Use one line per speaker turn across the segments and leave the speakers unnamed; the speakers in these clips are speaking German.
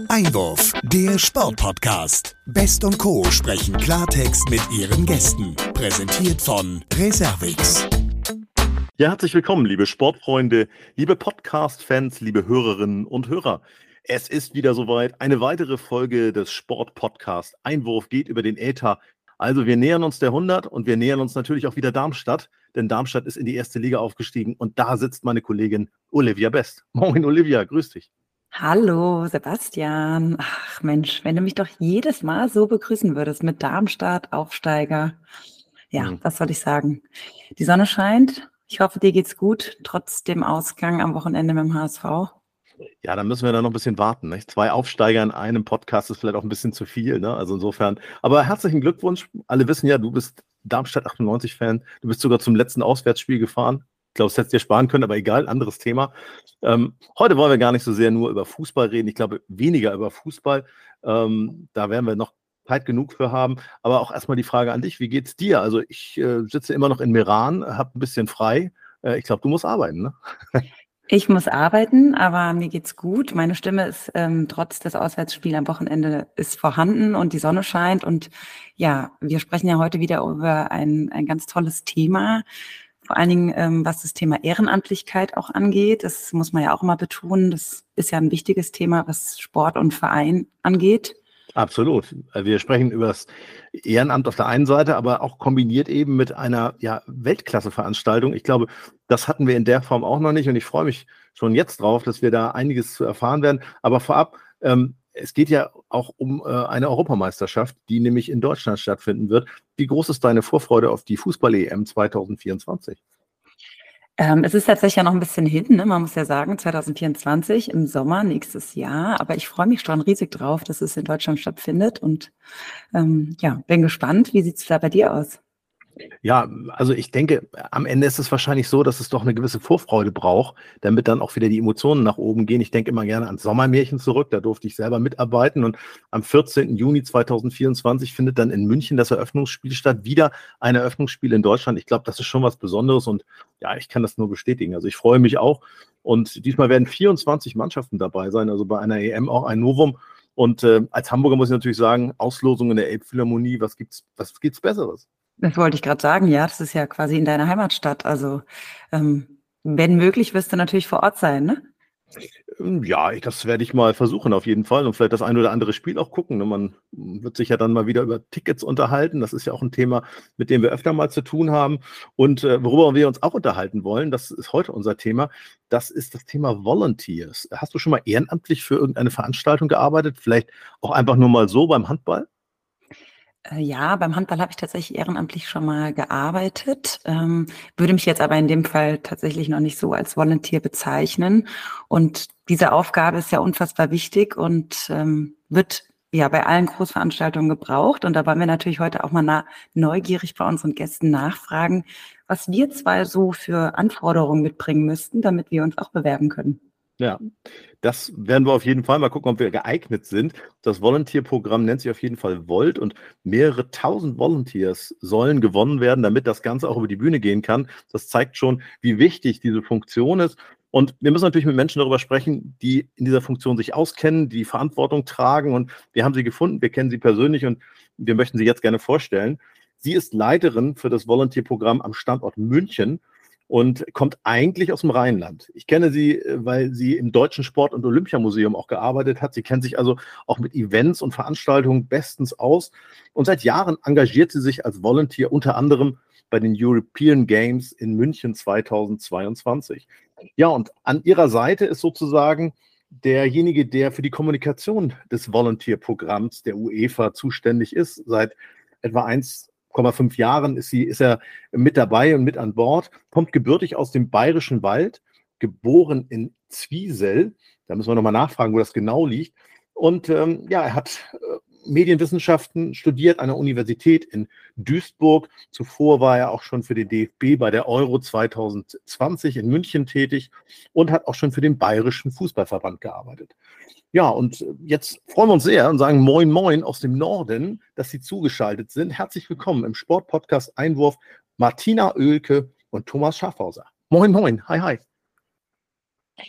Einwurf, der Sportpodcast. Best und Co. sprechen Klartext mit ihren Gästen. Präsentiert von Reservix.
Ja, herzlich willkommen, liebe Sportfreunde, liebe Podcast-Fans, liebe Hörerinnen und Hörer. Es ist wieder soweit. Eine weitere Folge des Sportpodcast Einwurf geht über den Äther. Also wir nähern uns der 100 und wir nähern uns natürlich auch wieder Darmstadt, denn Darmstadt ist in die erste Liga aufgestiegen und da sitzt meine Kollegin Olivia Best. Moin Olivia, grüß dich.
Hallo Sebastian. Ach Mensch, wenn du mich doch jedes Mal so begrüßen würdest mit Darmstadt, Aufsteiger. Ja, was soll ich sagen? Die Sonne scheint. Ich hoffe, dir geht's gut, trotz dem Ausgang am Wochenende mit dem HSV.
Ja, dann müssen wir da noch ein bisschen warten. Nicht? 2 Aufsteiger in einem Podcast ist vielleicht auch ein bisschen zu viel. Ne? Also insofern. Aber herzlichen Glückwunsch. Alle wissen ja, du bist Darmstadt 98-Fan. Du bist sogar zum letzten Auswärtsspiel gefahren. Ich glaube, das hättest du dir sparen können, aber egal, anderes Thema. Heute wollen wir gar nicht so sehr nur über Fußball reden. Ich glaube, weniger über Fußball. Da werden wir noch Zeit genug für haben. Aber auch erstmal die Frage an dich. Wie geht's dir? Also ich sitze immer noch in Meran, habe ein bisschen frei. Ich glaube, du musst arbeiten, ne?
Ich muss arbeiten, aber mir geht's gut. Meine Stimme ist trotz des Auswärtsspiels am Wochenende ist vorhanden und die Sonne scheint. Und ja, wir sprechen ja heute wieder über ein ganz tolles Thema. Vor allen Dingen, was das Thema Ehrenamtlichkeit auch angeht. Das muss man ja auch immer betonen. Das ist ja ein wichtiges Thema, was Sport und Verein angeht.
Absolut. Wir sprechen über das Ehrenamt auf der einen Seite, aber auch kombiniert eben mit einer Weltklasse-Veranstaltung. Ich glaube, das hatten wir in der Form auch noch nicht und ich freue mich schon jetzt drauf, dass wir da einiges zu erfahren werden. Aber vorab, es geht ja auch um eine Europameisterschaft, die nämlich in Deutschland stattfinden wird. Wie groß ist deine Vorfreude auf die Fußball-EM 2024?
Es ist tatsächlich ja noch ein bisschen hin, ne? Man muss ja sagen, 2024 im Sommer nächstes Jahr. Aber ich freue mich schon riesig drauf, dass es in Deutschland stattfindet. Und bin gespannt. Wie sieht's da bei dir aus?
Ja, also ich denke, am Ende ist es wahrscheinlich so, dass es doch eine gewisse Vorfreude braucht, damit dann auch wieder die Emotionen nach oben gehen. Ich denke immer gerne ans Sommermärchen zurück, da durfte ich selber mitarbeiten und am 14. Juni 2024 findet dann in München das Eröffnungsspiel statt, wieder ein Eröffnungsspiel in Deutschland. Ich glaube, das ist schon was Besonderes und ja, ich kann das nur bestätigen. Also ich freue mich auch und diesmal werden 24 Mannschaften dabei sein, also bei einer EM auch ein Novum. Und als Hamburger muss ich natürlich sagen, Auslosung in der Elbphilharmonie, was gibt's Besseres?
Das wollte ich gerade sagen, ja, das ist ja quasi in deiner Heimatstadt. Also, wenn möglich, wirst du natürlich vor Ort sein, ne?
Ja, das werde ich mal versuchen auf jeden Fall und vielleicht das ein oder andere Spiel auch gucken. Ne? Man wird sich ja dann mal wieder über Tickets unterhalten. Das ist ja auch ein Thema, mit dem wir öfter mal zu tun haben. Und worüber wir uns auch unterhalten wollen, das ist heute unser Thema, das ist das Thema Volunteers. Hast du schon mal ehrenamtlich für irgendeine Veranstaltung gearbeitet? Vielleicht auch einfach nur mal so beim Handball?
Ja, beim Handball habe ich tatsächlich ehrenamtlich schon mal gearbeitet, würde mich jetzt aber in dem Fall tatsächlich noch nicht so als Volunteer bezeichnen. Und diese Aufgabe ist ja unfassbar wichtig und wird ja bei allen Großveranstaltungen gebraucht. Und da wollen wir natürlich heute auch mal neugierig bei unseren Gästen nachfragen, was wir zwei so für Anforderungen mitbringen müssten, damit wir uns auch bewerben können.
Ja, das werden wir auf jeden Fall mal gucken, ob wir geeignet sind. Das Volunteer-Programm nennt sich auf jeden Fall Volt und mehrere tausend Volunteers sollen gewonnen werden, damit das Ganze auch über die Bühne gehen kann. Das zeigt schon, wie wichtig diese Funktion ist. Und wir müssen natürlich mit Menschen darüber sprechen, die in dieser Funktion sich auskennen, die Verantwortung tragen. Und wir haben sie gefunden, wir kennen sie persönlich und wir möchten sie jetzt gerne vorstellen. Sie ist Leiterin für das Volunteer-Programm am Standort München und kommt eigentlich aus dem Rheinland. Ich kenne sie, weil sie im Deutschen Sport- und Olympiamuseum auch gearbeitet hat. Sie kennt sich also auch mit Events und Veranstaltungen bestens aus. Und seit Jahren engagiert sie sich als Volunteer unter anderem bei den European Games in München 2022. Ja, und an ihrer Seite ist sozusagen derjenige, der für die Kommunikation des Volunteer-Programms der UEFA zuständig ist. Seit etwa 1,5 Jahren ist er mit dabei und mit an Bord, kommt gebürtig aus dem Bayerischen Wald, geboren in Zwiesel. Da müssen wir nochmal nachfragen, wo das genau liegt. Und er hat Medienwissenschaften studiert an der Universität in Duisburg. Zuvor war er auch schon für den DFB bei der Euro 2020 in München tätig und hat auch schon für den Bayerischen Fußballverband gearbeitet. Ja, und jetzt freuen wir uns sehr und sagen Moin Moin aus dem Norden, dass Sie zugeschaltet sind. Herzlich willkommen im Sportpodcast Einwurf Martina Oehlke und Thomas Schaffhauser. Moin Moin, hi hi.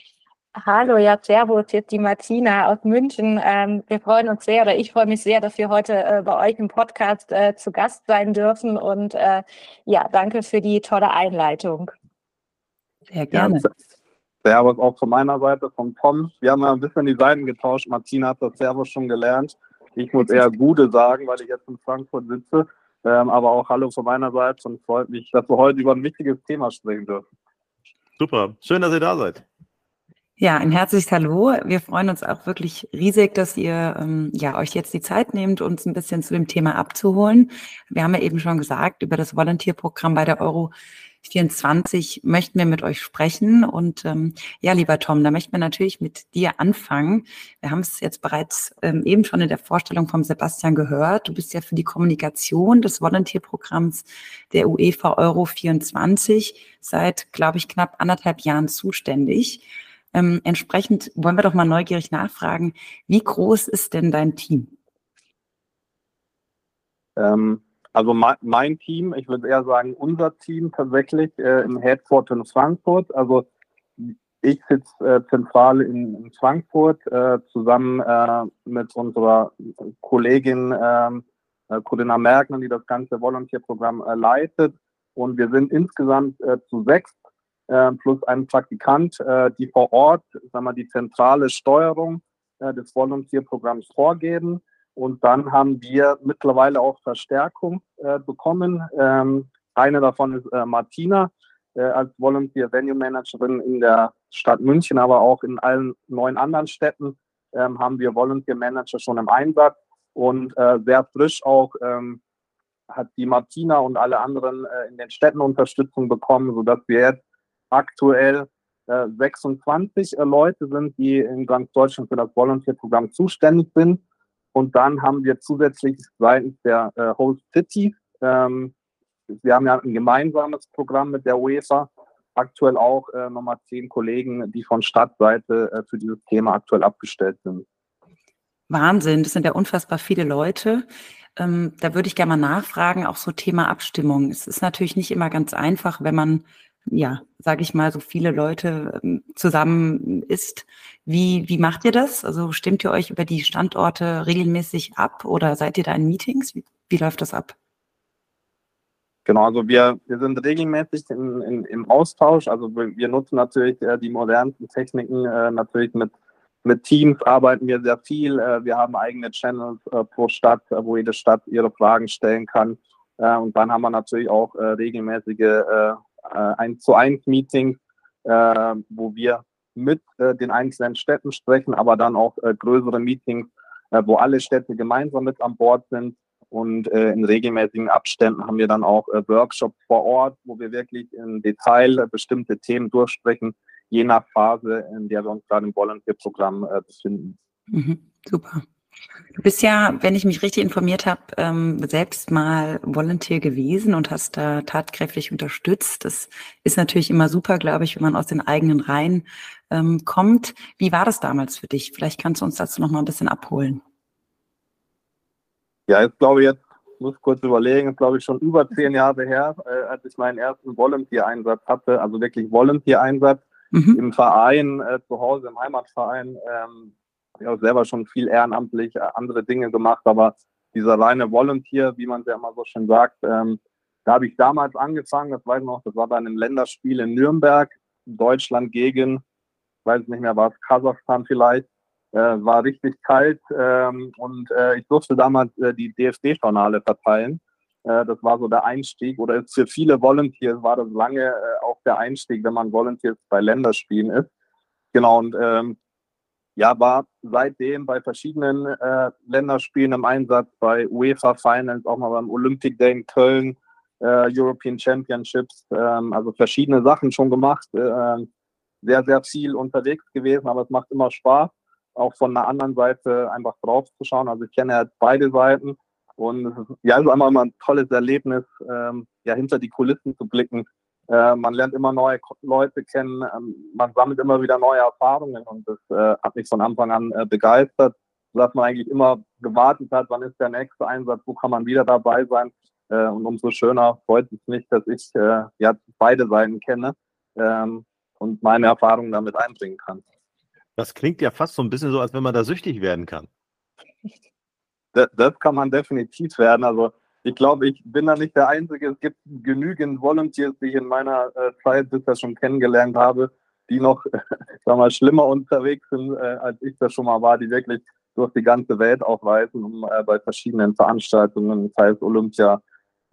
Hallo, ja, servus, jetzt die Martina aus München. Wir freuen uns sehr, oder ich freue mich sehr, dass wir heute bei euch im Podcast zu Gast sein dürfen und ja, danke für die tolle Einleitung.
Sehr gerne.
Ja, Servus auch von meiner Seite, von Tom. Wir haben ja ein bisschen die Seiten getauscht. Martina hat das Servus schon gelernt. Ich muss eher Gude sagen, weil ich jetzt in Frankfurt sitze. Aber auch Hallo von meiner Seite und freut mich, dass wir heute über ein wichtiges Thema sprechen dürfen.
Super, schön, dass ihr da seid.
Ja, ein herzliches Hallo. Wir freuen uns auch wirklich riesig, dass ihr euch jetzt die Zeit nehmt, uns ein bisschen zu dem Thema abzuholen. Wir haben ja eben schon gesagt, über das Volunteer-Programm bei der Euro 24 möchten wir mit euch sprechen. Und lieber Tom, da möchten wir natürlich mit dir anfangen. Wir haben es jetzt bereits eben schon in der Vorstellung vom Sebastian gehört. Du bist ja für die Kommunikation des Volunteer-Programms der UEFA Euro 24 seit, glaube ich, knapp 1,5 Jahren zuständig. Entsprechend wollen wir doch mal neugierig nachfragen, wie groß ist denn dein Team?
Also mein Team, ich würde eher sagen unser Team tatsächlich im Headquarter in Frankfurt. Also ich sitze zentral in Frankfurt zusammen mit unserer Kollegin Corinna Merkner, die das ganze Volunteer-Programm leitet. Und wir sind insgesamt zu 6 plus ein Praktikant, die vor Ort, die zentrale Steuerung des Volunteer-Programms vorgeben. Und dann haben wir mittlerweile auch Verstärkung bekommen. Eine davon ist Martina als Volunteer Venue Managerin in der Stadt München, aber auch in allen 9 anderen Städten haben wir Volunteer Manager schon im Einsatz. Und sehr frisch auch hat die Martina und alle anderen in den Städten Unterstützung bekommen, sodass wir jetzt aktuell 26 Leute sind, die in ganz Deutschland für das Volunteer-Programm zuständig sind. Und dann haben wir zusätzlich seitens der Host City, wir haben ja ein gemeinsames Programm mit der UEFA, aktuell auch nochmal 10 Kollegen, die von Stadtseite für dieses Thema aktuell abgestellt sind.
Wahnsinn, das sind ja unfassbar viele Leute. Da würde ich gerne mal nachfragen, auch so Thema Abstimmung. Es ist natürlich nicht immer ganz einfach, wenn man sage ich mal, so viele Leute zusammen ist. Wie macht ihr das? Also stimmt ihr euch über die Standorte regelmäßig ab oder seid ihr da in Meetings? Wie läuft das ab?
Genau, also wir sind regelmäßig im Austausch. Also wir nutzen natürlich die modernsten Techniken. Natürlich mit Teams arbeiten wir sehr viel. Wir haben eigene Channels pro Stadt, wo jede Stadt ihre Fragen stellen kann. Und dann haben wir natürlich auch regelmäßige 1:1 Meetings, wo wir mit den einzelnen Städten sprechen, aber dann auch größere Meetings, wo alle Städte gemeinsam mit an Bord sind. Und in regelmäßigen Abständen haben wir dann auch Workshops vor Ort, wo wir wirklich im Detail bestimmte Themen durchsprechen, je nach Phase, in der wir uns gerade im Volunteer-Programm befinden.
Super. Du bist ja, wenn ich mich richtig informiert habe, selbst mal Volunteer gewesen und hast da tatkräftig unterstützt. Das ist natürlich immer super, glaube ich, wenn man aus den eigenen Reihen kommt. Wie war das damals für dich? Vielleicht kannst du uns dazu noch mal ein bisschen abholen.
Ja, jetzt glaube ich, jetzt muss ich kurz überlegen, ist glaube ich schon über 10 Jahre her, als ich meinen ersten Volunteer-Einsatz hatte, also wirklich Volunteer-Einsatz im Verein, zu Hause im Heimatverein. Ich habe selber schon viel ehrenamtlich andere Dinge gemacht, aber dieser reine Volunteer, wie man es ja immer so schön sagt, da habe ich damals angefangen, das weiß ich noch, das war bei einem Länderspiel in Nürnberg, Deutschland gegen, ich weiß nicht mehr, war es Kasachstan vielleicht, war richtig kalt und ich durfte damals die DFB-Journale verteilen. Das war so der Einstieg, oder ist für viele Volunteers war das lange auch der Einstieg, wenn man Volunteers bei Länderspielen ist. Genau, und war seitdem bei verschiedenen Länderspielen im Einsatz, bei UEFA Finals, auch mal beim Olympic Day in Köln, European Championships, also verschiedene Sachen schon gemacht, sehr, sehr viel unterwegs gewesen, aber es macht immer Spaß, auch von einer anderen Seite einfach drauf zu schauen. Also ich kenne ja beide Seiten und es ist einfach immer ein tolles Erlebnis, hinter die Kulissen zu blicken. Man lernt immer neue Leute kennen, man sammelt immer wieder neue Erfahrungen und das hat mich von Anfang an begeistert, sodass man eigentlich immer gewartet hat, wann ist der nächste Einsatz, wo kann man wieder dabei sein. Und umso schöner freut es mich, dass ich beide Seiten kenne und meine Erfahrungen damit einbringen kann.
Das klingt ja fast so ein bisschen so, als wenn man da süchtig werden kann.
Das kann man definitiv werden. Also ich glaube, ich bin da nicht der Einzige. Es gibt genügend Volunteers, die ich in meiner Zeit bisher schon kennengelernt habe, die noch sag mal, schlimmer unterwegs sind, als ich das schon mal war, die wirklich durch die ganze Welt auch reisen, um bei verschiedenen Veranstaltungen, sei es Olympia,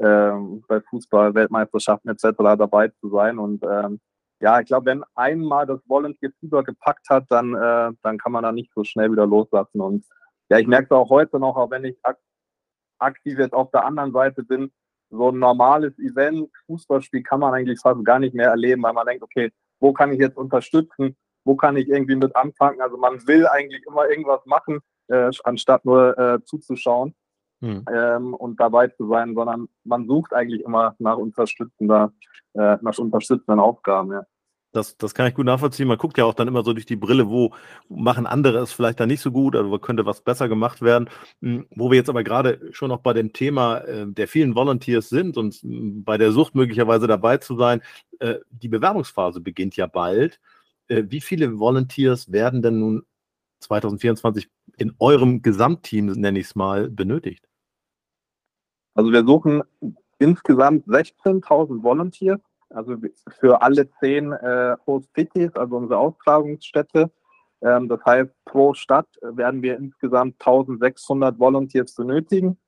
bei Fußball, Weltmeisterschaften etc. dabei zu sein. Und ja, ich glaube, wenn einmal das Volunteer-Fieber gepackt hat, dann kann man da nicht so schnell wieder loslassen. Und ja, ich merke es auch heute noch, auch wenn ich aktiv jetzt auf der anderen Seite bin, so ein normales Event, Fußballspiel kann man eigentlich fast gar nicht mehr erleben, weil man denkt, okay, wo kann ich jetzt unterstützen, wo kann ich irgendwie mit anfangen? Also man will eigentlich immer irgendwas machen, anstatt nur zuzuschauen und dabei zu sein, sondern man sucht eigentlich immer nach unterstützenden Aufgaben. Ja.
Das kann ich gut nachvollziehen. Man guckt ja auch dann immer so durch die Brille, wo machen andere es vielleicht dann nicht so gut, also wo könnte was besser gemacht werden. Wo wir jetzt aber gerade schon noch bei dem Thema der vielen Volunteers sind und bei der Sucht möglicherweise dabei zu sein, die Bewerbungsphase beginnt ja bald. Wie viele Volunteers werden denn nun 2024 in eurem Gesamtteam, nenne ich es mal, benötigt?
Also wir suchen insgesamt 16.000 Volunteers. Also für alle 10 Host Cities, also unsere Austragungsstätte. Das heißt, pro Stadt werden wir insgesamt 1.600 Volunteers benötigen,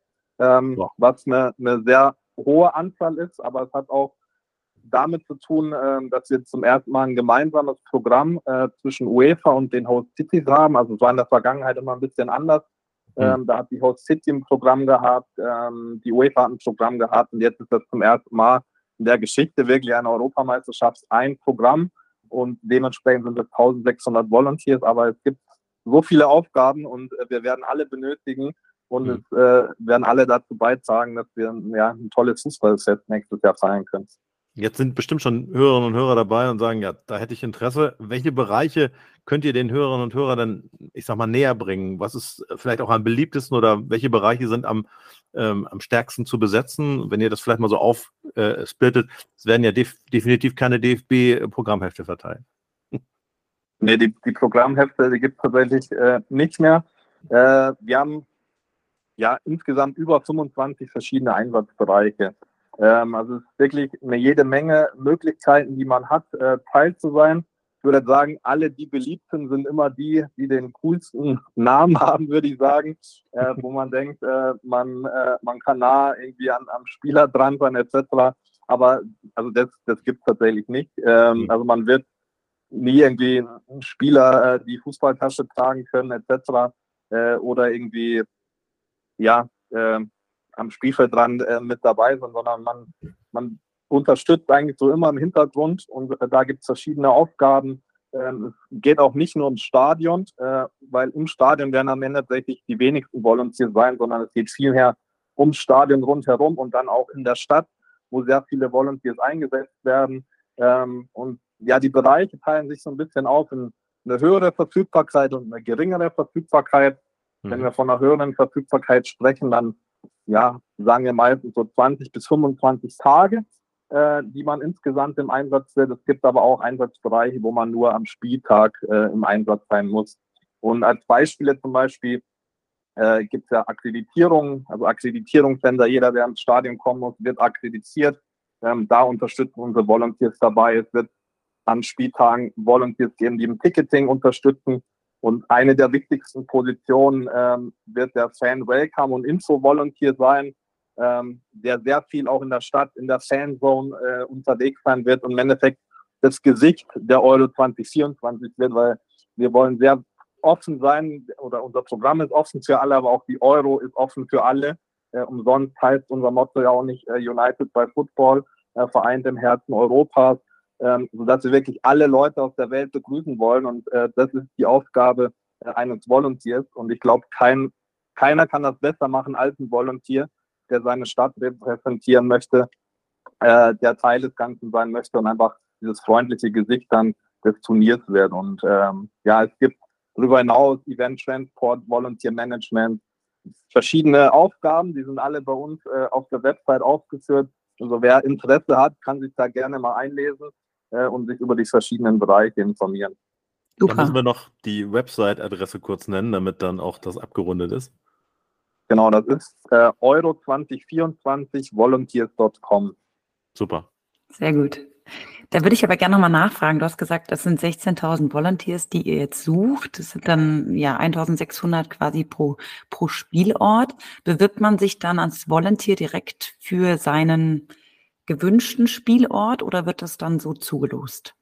was eine sehr hohe Anzahl ist, aber es hat auch damit zu tun, dass wir zum ersten Mal ein gemeinsames Programm zwischen UEFA und den Host Cities haben. Also es war in der Vergangenheit immer ein bisschen anders. Da hat die Host City ein Programm gehabt, die UEFA hat ein Programm gehabt und jetzt ist das zum ersten Mal in der Geschichte wirklich einer Europameisterschaft ein Programm und dementsprechend sind es 1.600 Volunteers, aber es gibt so viele Aufgaben und wir werden alle benötigen und es werden alle dazu beitragen, dass wir ein tolles Fußballfest nächstes Jahr feiern können.
Jetzt sind bestimmt schon Hörerinnen und Hörer dabei und sagen, ja, da hätte ich Interesse. Welche Bereiche könnt ihr den Hörerinnen und Hörern dann, ich sag mal, näher bringen? Was ist vielleicht auch am beliebtesten oder welche Bereiche sind am stärksten zu besetzen? Wenn ihr das vielleicht mal so aufsplittet, es werden ja definitiv keine DFB-Programmhefte verteilt.
Nee, die Programmhefte, die gibt es tatsächlich nicht mehr. Wir haben ja insgesamt über 25 verschiedene Einsatzbereiche. Also es ist wirklich jede Menge Möglichkeiten, die man hat, Teil zu sein. Ich würde sagen, alle, die beliebt sind immer die den coolsten Namen haben, würde ich sagen, wo man denkt, man kann nah irgendwie am Spieler dran sein, etc. Aber also das gibt es tatsächlich nicht. Also man wird nie irgendwie einen Spieler die Fußballtasche tragen können, etc. Oder irgendwie, am Spielfeldrand mit dabei sind, sondern man unterstützt eigentlich so immer im Hintergrund und da gibt es verschiedene Aufgaben. Es geht auch nicht nur ums Stadion, weil im Stadion werden am Ende tatsächlich die wenigsten Volunteers sein, sondern es geht vielmehr ums Stadion rundherum und dann auch in der Stadt, wo sehr viele Volunteers eingesetzt werden. Und ja, die Bereiche teilen sich so ein bisschen auf in eine höhere Verfügbarkeit und eine geringere Verfügbarkeit. Wenn wir von einer höheren Verfügbarkeit sprechen, dann sagen wir meistens so 20 bis 25 Tage, die man insgesamt im Einsatz wird. Es gibt aber auch Einsatzbereiche, wo man nur am Spieltag im Einsatz sein muss. Und als Beispiele zum Beispiel gibt es ja Akkreditierungen, also Akkreditierungsländer. Jeder, der ins Stadion kommen muss, wird akkreditiert. Da unterstützen unsere Volunteers dabei. Es wird an Spieltagen Volunteers geben, die im Ticketing unterstützen. Und eine der wichtigsten Positionen wird der Fan-Welcome- und Info-Volunteer sein, der sehr viel auch in der Stadt, in der Fanzone unterwegs sein wird und im Endeffekt das Gesicht der Euro 2024 wird, weil wir wollen sehr offen sein oder unser Programm ist offen für alle, aber auch die Euro ist offen für alle. Umsonst heißt unser Motto ja auch nicht United by Football, vereint im Herzen Europas, sodass wir wirklich alle Leute aus der Welt begrüßen wollen und das ist die Aufgabe eines Volunteers und ich glaube, keiner kann das besser machen als ein Volunteer, der seine Stadt repräsentieren möchte, der Teil des Ganzen sein möchte und einfach dieses freundliche Gesicht dann des Turniers wird. Und es gibt darüber hinaus Event Transport, Volunteer Management, verschiedene Aufgaben, die sind alle bei uns auf der Website aufgeführt. Also wer Interesse hat, kann sich da gerne mal einlesen und sich über die verschiedenen Bereiche informieren.
Da müssen wir noch die Website-Adresse kurz nennen, damit dann auch das abgerundet ist.
Genau, das ist euro2024volunteers.com.
Super.
Sehr gut. Da würde ich aber gerne nochmal nachfragen. Du hast gesagt, das sind 16.000 Volunteers, die ihr jetzt sucht. Das sind dann 1.600 quasi pro Spielort. Bewirbt man sich dann als Volunteer direkt für seinen gewünschten Spielort oder wird das dann so zugelost?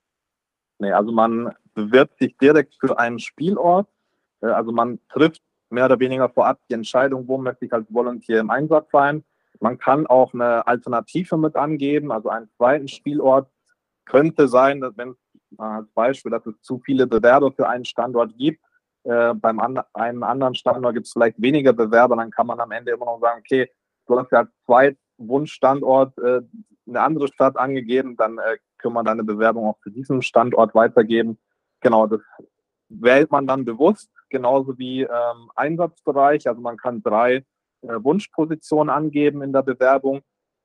Nee, also man bewirbt sich direkt für einen Spielort. Also man trifft mehr oder weniger vorab die Entscheidung, wo möchte ich als Volunteer im Einsatz sein. Man kann auch eine Alternative mit angeben, also einen zweiten Spielort. Könnte sein, dass wenn als Beispiel, dass es zu viele Bewerber für einen Standort gibt, beim einem anderen Standort gibt es vielleicht weniger Bewerber, dann kann man am Ende immer noch sagen, okay, du hast ja als Zweitwunschstandort eine andere Stadt angegeben, dann können wir deine Bewerbung auch für diesen Standort weitergeben. Genau, das wählt man dann bewusst, genauso wie Einsatzbereich. Also man kann 3 Wunschpositionen angeben in der Bewerbung.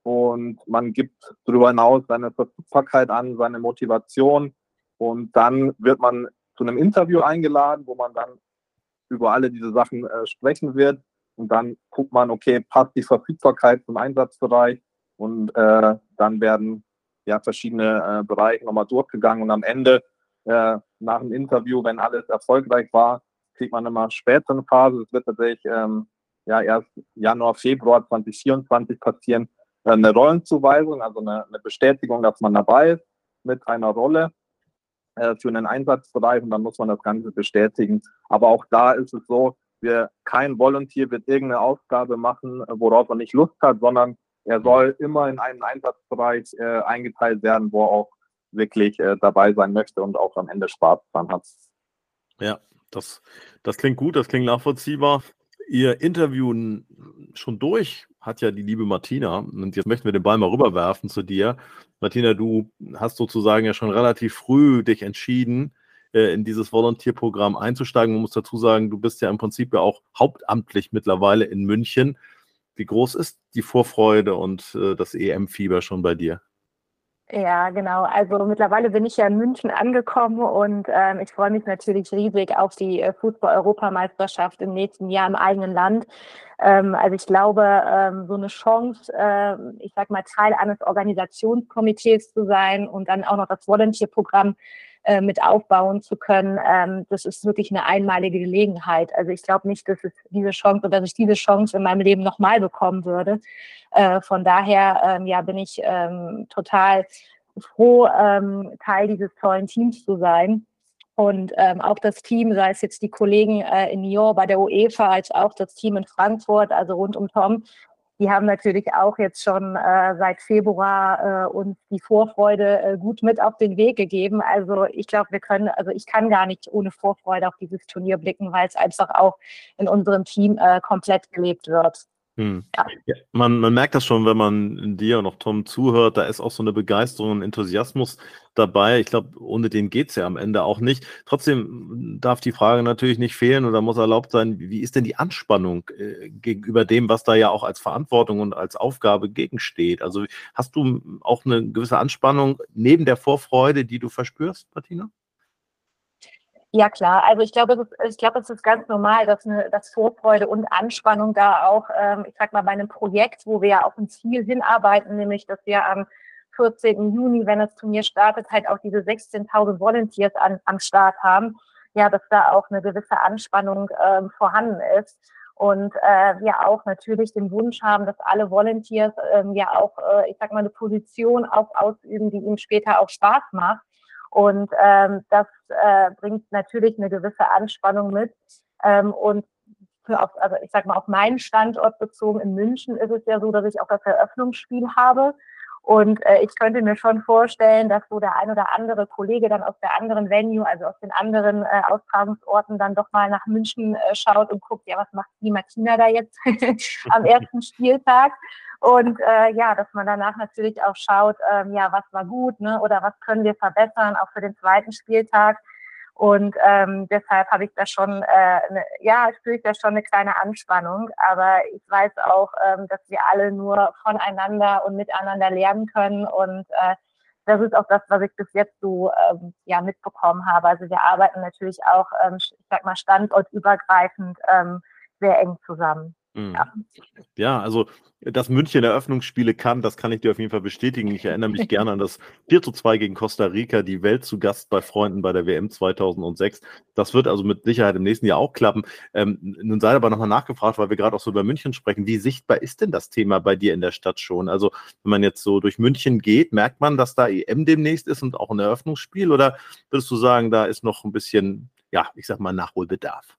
Und man gibt darüber hinaus seine Verfügbarkeit an, seine Motivation. Und dann wird man zu einem Interview eingeladen, wo man dann über alle diese Sachen sprechen wird. Und dann guckt man, okay, passt die Verfügbarkeit zum Einsatzbereich? Und dann werden verschiedene Bereiche nochmal durchgegangen. Und am Ende, nach dem Interview, wenn alles erfolgreich war, kriegt man immer spätere Phase. Es wird tatsächlich erst Januar, Februar 2024 passieren. Eine Rollenzuweisung, also eine Bestätigung, dass man dabei ist mit einer Rolle für einen Einsatzbereich und dann muss man das Ganze bestätigen. Aber auch da ist es so, kein Volunteer wird irgendeine Aufgabe machen, worauf er nicht Lust hat, sondern er soll immer in einen Einsatzbereich eingeteilt werden, wo er auch wirklich dabei sein möchte und auch am Ende Spaß dran hat.
Ja, das klingt gut, das klingt nachvollziehbar. Ihr Interview schon durch hat ja die liebe Martina. Und jetzt möchten wir den Ball mal rüberwerfen zu dir. Martina, du hast sozusagen ja schon relativ früh dich entschieden, in dieses Volontierprogramm einzusteigen. Man muss dazu sagen, du bist ja im Prinzip ja auch hauptamtlich mittlerweile in München. Wie groß ist die Vorfreude und das EM-Fieber schon bei dir?
Ja, genau. Also mittlerweile bin ich ja in München angekommen und ich freue mich natürlich riesig auf die Fußball-Europameisterschaft im nächsten Jahr im eigenen Land. Also ich glaube, so eine Chance, ich sag mal, Teil eines Organisationskomitees zu sein und dann auch noch das Volunteer-Programm mit aufbauen zu können, das ist wirklich eine einmalige Gelegenheit. Also ich glaube nicht, dass ich diese Chance in meinem Leben nochmal bekommen würde. Von daher bin ich total froh, Teil dieses tollen Teams zu sein. Und auch das Team, sei es jetzt die Kollegen in Lyon bei der UEFA, als auch das Team in Frankfurt, also rund um Tom, die haben natürlich auch jetzt schon seit Februar uns die Vorfreude gut mit auf den Weg gegeben. Also ich glaube, ich kann gar nicht ohne Vorfreude auf dieses Turnier blicken, weil es einfach auch in unserem Team komplett gelebt wird.
Ja. Ja, man merkt das schon, wenn man dir und auch Tom zuhört, da ist auch so eine Begeisterung und Enthusiasmus dabei. Ich glaube, ohne den geht es ja am Ende auch nicht. Trotzdem darf die Frage natürlich nicht fehlen oder muss erlaubt sein, wie ist denn die Anspannung gegenüber dem, was da ja auch als Verantwortung und als Aufgabe gegensteht? Also hast du auch eine gewisse Anspannung neben der Vorfreude, die du verspürst, Martina?
Ja, klar. Also ich glaube, es ist ganz normal, dass Vorfreude und Anspannung da auch, ich sag mal, bei einem Projekt, wo wir ja auf ein Ziel hinarbeiten, nämlich, dass wir am 14. Juni, wenn das Turnier startet, halt auch diese 16.000 Volunteers am Start haben, ja, dass da auch eine gewisse Anspannung vorhanden ist. Und wir auch natürlich den Wunsch haben, dass alle Volunteers ich sag mal, eine Position auch ausüben, die ihnen später auch Spaß macht. Und das bringt natürlich eine gewisse Anspannung mit. Und ich sag mal, auf meinen Standort bezogen in München ist es ja so, dass ich auch das Eröffnungsspiel habe. Und ich könnte mir schon vorstellen, dass so der ein oder andere Kollege dann aus der anderen Venue, also aus den anderen Austragungsorten, dann doch mal nach München schaut und guckt, ja, was macht die Martina da jetzt am ersten Spieltag? Und dass man danach natürlich auch schaut, was war gut, ne? Oder was können wir verbessern, auch für den zweiten Spieltag. Und deshalb habe ich da schon, spüre ich da schon eine kleine Anspannung. Aber ich weiß auch, dass wir alle nur voneinander und miteinander lernen können und das ist auch das, was ich bis jetzt so mitbekommen habe. Also wir arbeiten natürlich auch, ich sag mal, standortübergreifend sehr eng zusammen.
Ja, also dass München Eröffnungsspiele kann, das kann ich dir auf jeden Fall bestätigen. Ich erinnere mich gerne an das 4:2 gegen Costa Rica, die Welt zu Gast bei Freunden bei der WM 2006. Das wird also mit Sicherheit im nächsten Jahr auch klappen. Nun sei aber nochmal nachgefragt, weil wir gerade auch so über München sprechen. Wie sichtbar ist denn das Thema bei dir in der Stadt schon? Also wenn man jetzt so durch München geht, merkt man, dass da EM demnächst ist und auch ein Eröffnungsspiel? Oder würdest du sagen, da ist noch ein bisschen, ja, ich sag mal, Nachholbedarf?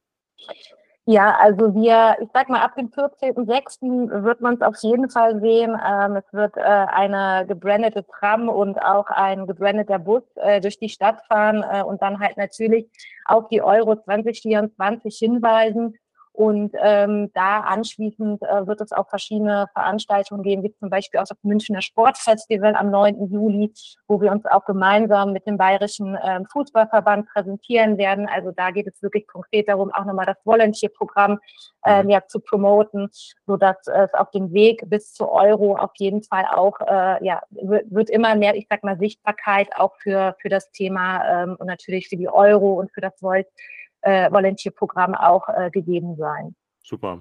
Ja, also ich sag mal, ab dem 14.06. wird man es auf jeden Fall sehen. Es wird eine gebrandete Tram und auch ein gebrandeter Bus durch die Stadt fahren und dann halt natürlich auf die Euro 2024 hinweisen. Und da anschließend wird es auch verschiedene Veranstaltungen geben, wie zum Beispiel auch das Münchner Sportfestival am 9. Juli, wo wir uns auch gemeinsam mit dem Bayerischen Fußballverband präsentieren werden. Also da geht es wirklich konkret darum, auch nochmal das Volunteer-Programm zu promoten, sodass es auf dem Weg bis zur Euro auf jeden Fall auch wird immer mehr, ich sag mal, Sichtbarkeit auch für das Thema und natürlich für die Euro und für das Volunteer-Programm auch gegeben sein.
Super.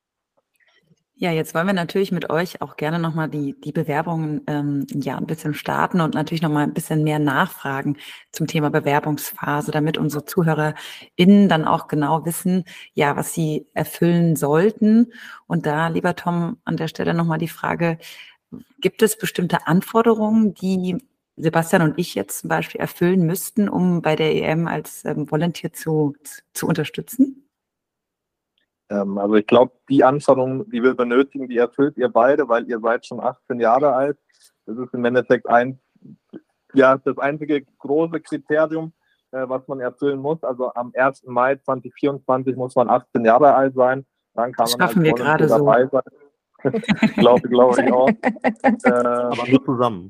Ja, jetzt wollen wir natürlich mit euch auch gerne nochmal die Bewerbungen ein bisschen starten und natürlich nochmal ein bisschen mehr nachfragen zum Thema Bewerbungsphase, damit unsere ZuhörerInnen dann auch genau wissen, ja, was sie erfüllen sollten. Und da, lieber Tom, an der Stelle nochmal die Frage, gibt es bestimmte Anforderungen, die Sebastian und ich jetzt zum Beispiel erfüllen müssten, um bei der EM als Volunteer zu unterstützen?
Also ich glaube, die Anforderungen, die wir benötigen, die erfüllt ihr beide, weil ihr seid schon 18 Jahre alt. Das ist im Endeffekt das einzige große Kriterium, was man erfüllen muss. Also am 1. Mai 2024 muss man 18 Jahre alt sein. Dann kann
das
man
schaffen wir gerade so.
dabei sein. glaube ich auch.
Aber nur zusammen.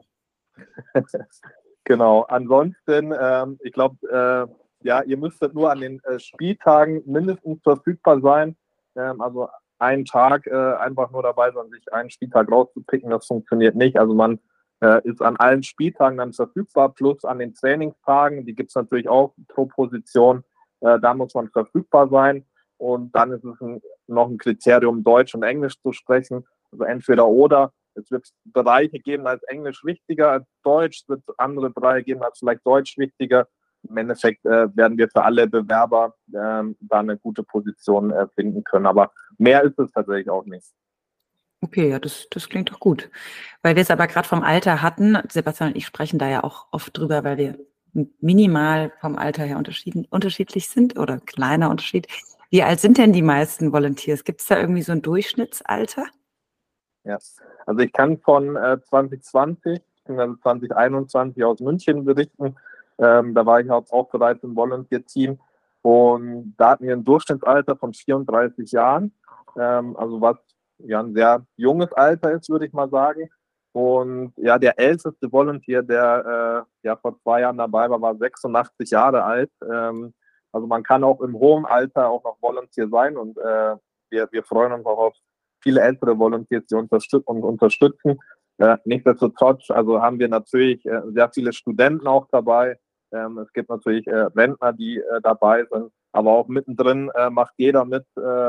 Genau. Ansonsten, ich glaube, ihr müsstet nur an den Spieltagen mindestens verfügbar sein. Also einen Tag einfach nur dabei sein, sich einen Spieltag rauszupicken, das funktioniert nicht. Also man ist an allen Spieltagen dann verfügbar, plus an den Trainingstagen, die gibt es natürlich auch pro Position, da muss man verfügbar sein. Und dann ist es noch ein Kriterium, Deutsch und Englisch zu sprechen, also entweder oder. Es wird Bereiche geben, als Englisch wichtiger als Deutsch, es wird andere Bereiche geben, als vielleicht Deutsch wichtiger. Im Endeffekt werden wir für alle Bewerber da eine gute Position finden können. Aber mehr ist es tatsächlich auch nicht.
Okay, ja, das klingt doch gut. Weil wir es aber gerade vom Alter hatten, Sebastian und ich sprechen da ja auch oft drüber, weil wir minimal vom Alter her unterschiedlich sind oder kleiner Unterschied. Wie alt sind denn die meisten Volunteers? Gibt es da irgendwie so ein Durchschnittsalter?
Ja, also ich kann von 2020 bzw. 2021 aus München berichten. Da war ich auch bereits im Volunteer-Team und da hatten wir ein Durchschnittsalter von 34 Jahren, also was ja ein sehr junges Alter ist, würde ich mal sagen. Und ja, der älteste Volunteer, der vor 2 Jahren dabei war 86 Jahre alt. Also man kann auch im hohen Alter auch noch Volunteer sein und wir freuen uns auch auf viele ältere Volunteers, die unterstützen. Nichtsdestotrotz, also haben wir natürlich sehr viele Studenten auch dabei. Es gibt natürlich Rentner, die dabei sind, aber auch mittendrin macht jeder mit,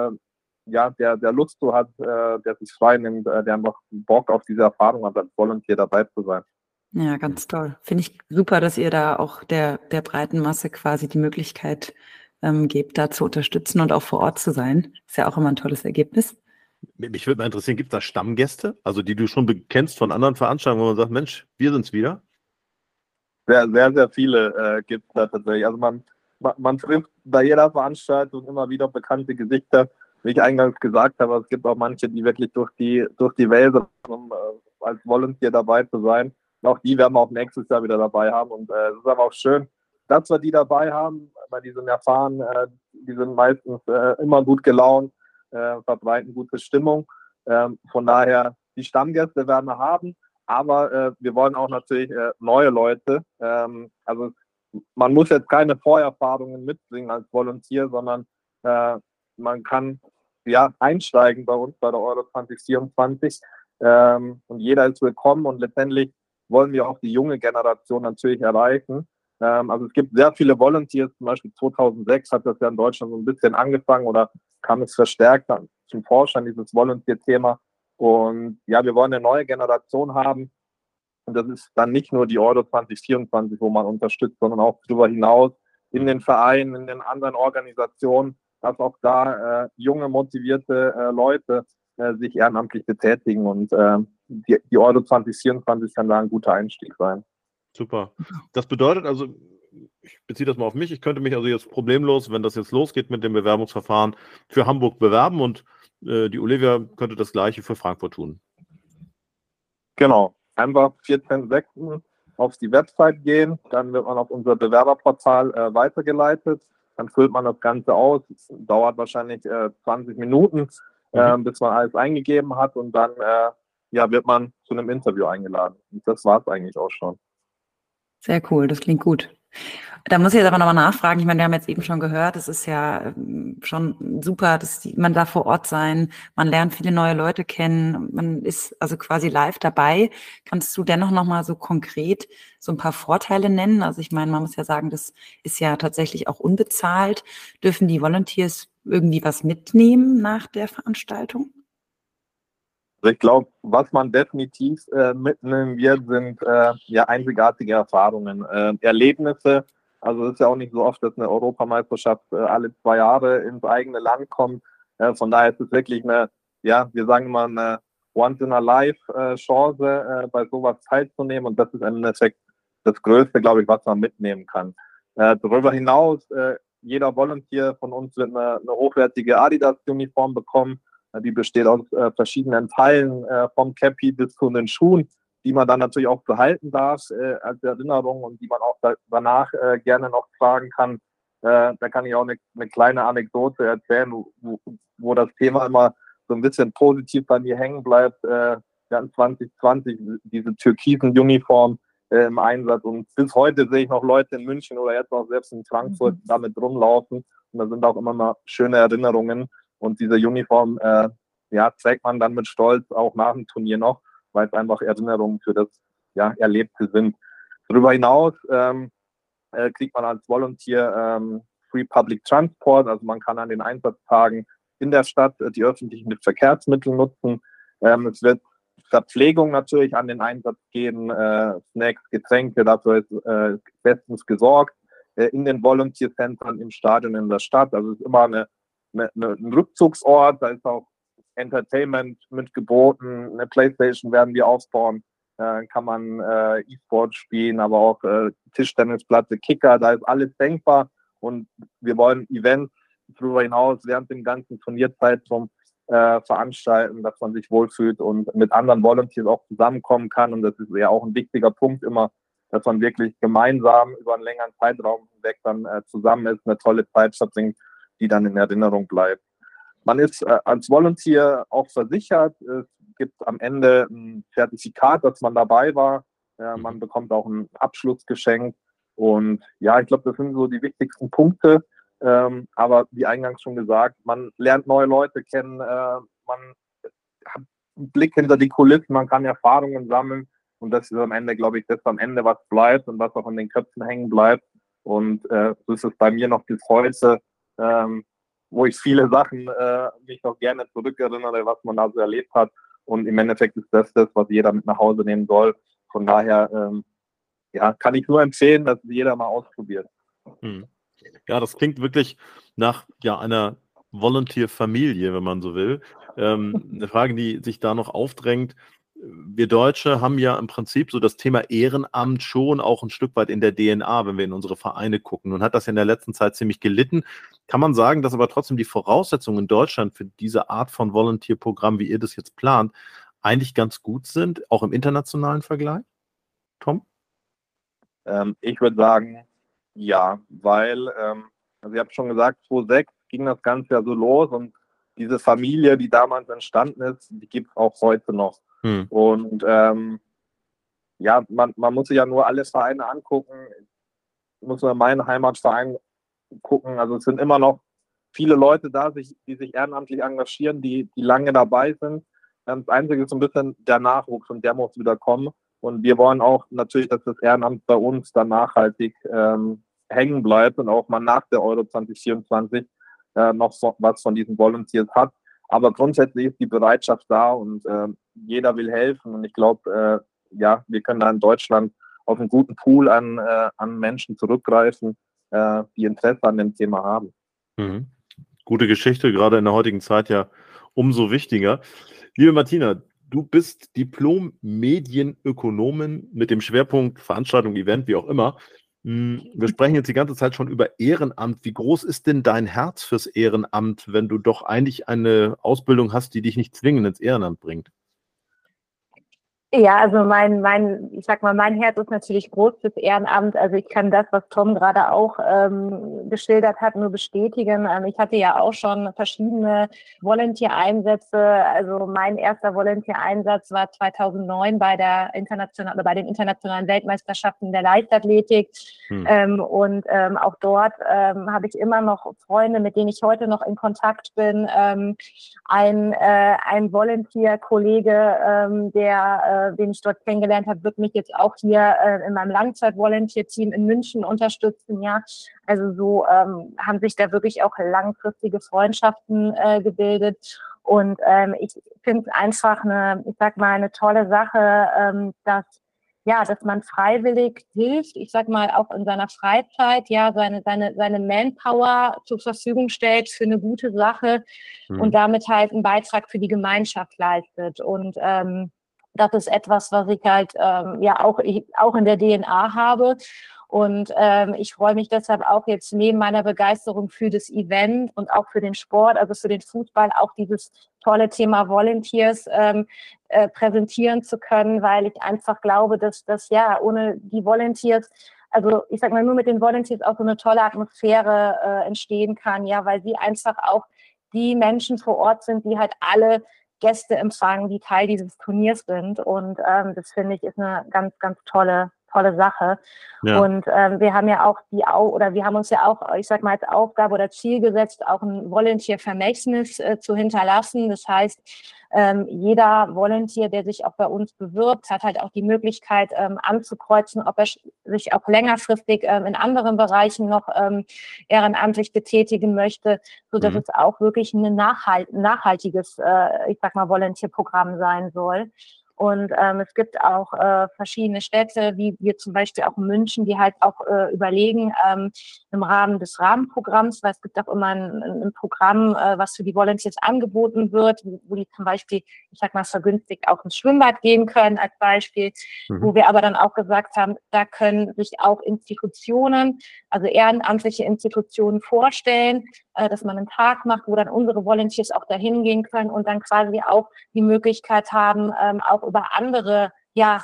der Lust so hat, der sich frei nimmt, der einfach Bock auf diese Erfahrung hat, als Volunteer dabei zu sein.
Ja, ganz toll. Finde ich super, dass ihr da auch der breiten Masse quasi die Möglichkeit gebt, da zu unterstützen und auch vor Ort zu sein. Ist ja auch immer ein tolles Ergebnis.
Mich würde mal interessieren, gibt es da Stammgäste, also die du schon kennst von anderen Veranstaltungen, wo man sagt, Mensch, wir sind's wieder?
Sehr, sehr, sehr viele gibt es da tatsächlich. Also man trifft bei jeder Veranstaltung immer wieder bekannte Gesichter. Wie ich eingangs gesagt habe, es gibt auch manche, die wirklich durch die Welt sind, um als Volunteer dabei zu sein. Und auch die werden wir auch nächstes Jahr wieder dabei haben. Und es ist aber auch schön, dass wir die dabei haben, weil die sind erfahren, die sind meistens immer gut gelaunt, verbreiten gute Stimmung. Von daher, die Stammgäste werden wir haben. Aber wir wollen auch natürlich neue Leute. Also man muss jetzt keine Vorerfahrungen mitbringen als Volunteer, sondern man kann einsteigen bei uns bei der Euro 2024. Und jeder ist willkommen. Und letztendlich wollen wir auch die junge Generation natürlich erreichen. Also es gibt sehr viele Volunteers, zum Beispiel 2006 hat das ja in Deutschland so ein bisschen angefangen oder kam es verstärkt zum Vorschein, dieses Volunteer-Thema. Und ja, wir wollen eine neue Generation haben. Und das ist dann nicht nur die Euro 2024, wo man unterstützt, sondern auch darüber hinaus in den Vereinen, in den anderen Organisationen, dass auch da junge, motivierte Leute sich ehrenamtlich betätigen. Und die Euro 2024 kann da ein guter Einstieg sein.
Super. Das bedeutet also, ich beziehe das mal auf mich, ich könnte mich also jetzt problemlos, wenn das jetzt losgeht mit dem Bewerbungsverfahren, für Hamburg bewerben und die Olivia könnte das Gleiche für Frankfurt tun.
Genau. Einfach 14.06. auf die Website gehen, dann wird man auf unser Bewerberportal weitergeleitet, dann füllt man das Ganze aus, es dauert wahrscheinlich 20 Minuten, bis man alles eingegeben hat und dann wird man zu einem Interview eingeladen. Und das war es eigentlich auch schon.
Sehr cool, das klingt gut. Da muss ich jetzt aber nochmal nachfragen. Ich meine, wir haben jetzt eben schon gehört, es ist ja schon super, dass man da vor Ort sein, man lernt viele neue Leute kennen, man ist also quasi live dabei. Kannst du dennoch nochmal so konkret so ein paar Vorteile nennen? Also ich meine, man muss ja sagen, das ist ja tatsächlich auch unbezahlt. Dürfen die Volunteers irgendwie was mitnehmen nach der Veranstaltung?
Also ich glaube, was man definitiv mitnehmen wird, sind einzigartige Erfahrungen, Erlebnisse. Also es ist ja auch nicht so oft, dass eine Europameisterschaft alle 2 Jahre ins eigene Land kommt. Von daher ist es wirklich eine, wir sagen immer eine Once-in-a-Life-Chance, bei sowas teilzunehmen. Und das ist im Endeffekt das Größte, glaube ich, was man mitnehmen kann. Darüber hinaus, jeder Volunteer von uns wird eine hochwertige Adidas-Uniform bekommen. Die besteht aus verschiedenen Teilen, vom Cappy bis zu den Schuhen, die man dann natürlich auch behalten darf als Erinnerung und die man auch danach gerne noch tragen kann. Da kann ich auch eine kleine Anekdote erzählen, wo das Thema immer so ein bisschen positiv bei mir hängen bleibt. Wir hatten 2020 diese türkisen Uniform im Einsatz und bis heute sehe ich noch Leute in München oder jetzt auch selbst in Frankfurt damit rumlaufen und da sind auch immer mal schöne Erinnerungen. Und diese Uniform trägt man dann mit Stolz auch nach dem Turnier noch, weil es einfach Erinnerungen für das Erlebte sind. Darüber hinaus kriegt man als Volunteer Free Public Transport, also man kann an den Einsatztagen in der Stadt die öffentlichen Verkehrsmittel nutzen. Es wird Verpflegung natürlich an den Einsatz geben, Snacks, Getränke, dafür ist bestens gesorgt. In den Volunteer-Centern im Stadion in der Stadt, also es ist immer ein Rückzugsort, da ist auch Entertainment mit geboten, eine Playstation werden wir aufbauen, kann man E-Sport spielen, aber auch Tischtennisplatte, Kicker, da ist alles denkbar und wir wollen Events darüber hinaus während dem ganzen Turnierzeitraum veranstalten, dass man sich wohlfühlt und mit anderen Volunteers auch zusammenkommen kann und das ist ja auch ein wichtiger Punkt immer, dass man wirklich gemeinsam über einen längeren Zeitraum hinweg dann zusammen ist, eine tolle Zeit verbringt, die dann in Erinnerung bleibt. Man ist als Volunteer auch versichert. Es gibt am Ende ein Zertifikat, dass man dabei war. Man bekommt auch einen Abschluss geschenkt. Und ja, ich glaube, das sind so die wichtigsten Punkte. Aber wie eingangs schon gesagt, man lernt neue Leute kennen. Man hat einen Blick hinter die Kulissen. Man kann Erfahrungen sammeln. Und das ist am Ende, glaube ich, das am Ende, was bleibt und was auch in den Köpfen hängen bleibt. Und so ist es bei mir noch bis heute, wo ich viele Sachen mich noch gerne zurückerinnere, was man da so erlebt hat. Und im Endeffekt ist das, was jeder mit nach Hause nehmen soll. Von daher kann ich nur empfehlen, dass jeder mal ausprobiert.
Ja, das klingt wirklich nach einer Volunteer-Familie, wenn man so will. Eine Frage, die sich da noch aufdrängt. Wir Deutsche haben ja im Prinzip so das Thema Ehrenamt schon auch ein Stück weit in der DNA, wenn wir in unsere Vereine gucken. Nun hat das ja in der letzten Zeit ziemlich gelitten. Kann man sagen, dass aber trotzdem die Voraussetzungen in Deutschland für diese Art von Volunteer-Programm, wie ihr das jetzt plant, eigentlich ganz gut sind, auch im internationalen Vergleich? Tom?
Ich würde sagen, ja, weil, also ich habe schon gesagt, 2006 ging das Ganze ja so los und diese Familie, die damals entstanden ist, die gibt es auch heute noch. Und man muss sich ja nur alle Vereine angucken. Ich muss nur meinen Heimatverein gucken. Also es sind immer noch viele Leute da, die sich ehrenamtlich engagieren, die lange dabei sind. Das Einzige ist so ein bisschen der Nachwuchs und der muss wieder kommen. Und wir wollen auch natürlich, dass das Ehrenamt bei uns dann nachhaltig hängen bleibt und auch mal nach der Euro 2024 noch so was von diesen Volunteers hat. Aber grundsätzlich ist die Bereitschaft da und jeder will helfen. Und ich glaube, wir können da in Deutschland auf einen guten Pool an Menschen zurückgreifen, die Interesse an dem Thema haben.
Mhm. Gute Geschichte, gerade in der heutigen Zeit ja umso wichtiger. Liebe Martina, du bist Diplom-Medienökonomin mit dem Schwerpunkt Veranstaltung, Event, wie auch immer. Wir sprechen jetzt die ganze Zeit schon über Ehrenamt. Wie groß ist denn dein Herz fürs Ehrenamt, wenn du doch eigentlich eine Ausbildung hast, die dich nicht zwingend ins Ehrenamt bringt?
Ja, also mein Herz ist natürlich groß fürs Ehrenamt. Also ich kann das, was Tom gerade auch geschildert hat, nur bestätigen. Ich hatte ja auch schon verschiedene Volunteer-Einsätze. Also mein erster Volunteer-Einsatz war 2009 bei den internationalen Weltmeisterschaften der Leichtathletik. Auch dort habe ich immer noch Freunde, mit denen ich heute noch in Kontakt bin. Ein Volunteer-Kollege, den ich dort kennengelernt habe, wird mich jetzt auch hier in meinem Langzeit-Volunteer-Team in München unterstützen. Ja, also so haben sich da wirklich auch langfristige Freundschaften gebildet. Und ich finde es einfach eine tolle Sache, dass man freiwillig hilft, ich sag mal auch in seiner Freizeit, ja, seine Manpower zur Verfügung stellt für eine gute Sache und damit halt einen Beitrag für die Gemeinschaft leistet. Und das ist etwas, was ich halt auch in der DNA habe. Und ich freue mich deshalb auch jetzt neben meiner Begeisterung für das Event und auch für den Sport, also für den Fußball, auch dieses tolle Thema Volunteers präsentieren zu können, weil ich einfach glaube, dass das ohne die Volunteers, also ich sag mal nur mit den Volunteers auch so eine tolle Atmosphäre entstehen kann, ja, weil sie einfach auch die Menschen vor Ort sind, die halt alle Gäste empfangen, die Teil dieses Turniers sind. Und das finde ich ist eine ganz, ganz tolle Sache. Ja. Und wir haben ja auch wir haben uns ja auch, ich sag mal, als Aufgabe oder Ziel gesetzt, auch ein Volunteer-Vermächtnis zu hinterlassen. Das heißt, jeder Volunteer, der sich auch bei uns bewirbt, hat halt auch die Möglichkeit anzukreuzen, ob er sich auch längerfristig in anderen Bereichen noch ehrenamtlich betätigen möchte, sodass es auch wirklich ein nachhaltiges, Volunteer-Programm sein soll. Und es gibt auch verschiedene Städte, wie wir zum Beispiel auch in München, die halt auch überlegen, im Rahmen des Rahmenprogramms, weil es gibt auch immer ein Programm, was für die Volunteers angeboten wird, wo die zum Beispiel, ich sag mal, vergünstigt auch ins Schwimmbad gehen können als Beispiel, wo wir aber dann auch gesagt haben, da können sich auch Institutionen, also ehrenamtliche Institutionen vorstellen, dass man einen Tag macht, wo dann unsere Volunteers auch dahin gehen können und dann quasi auch die Möglichkeit haben, auch über andere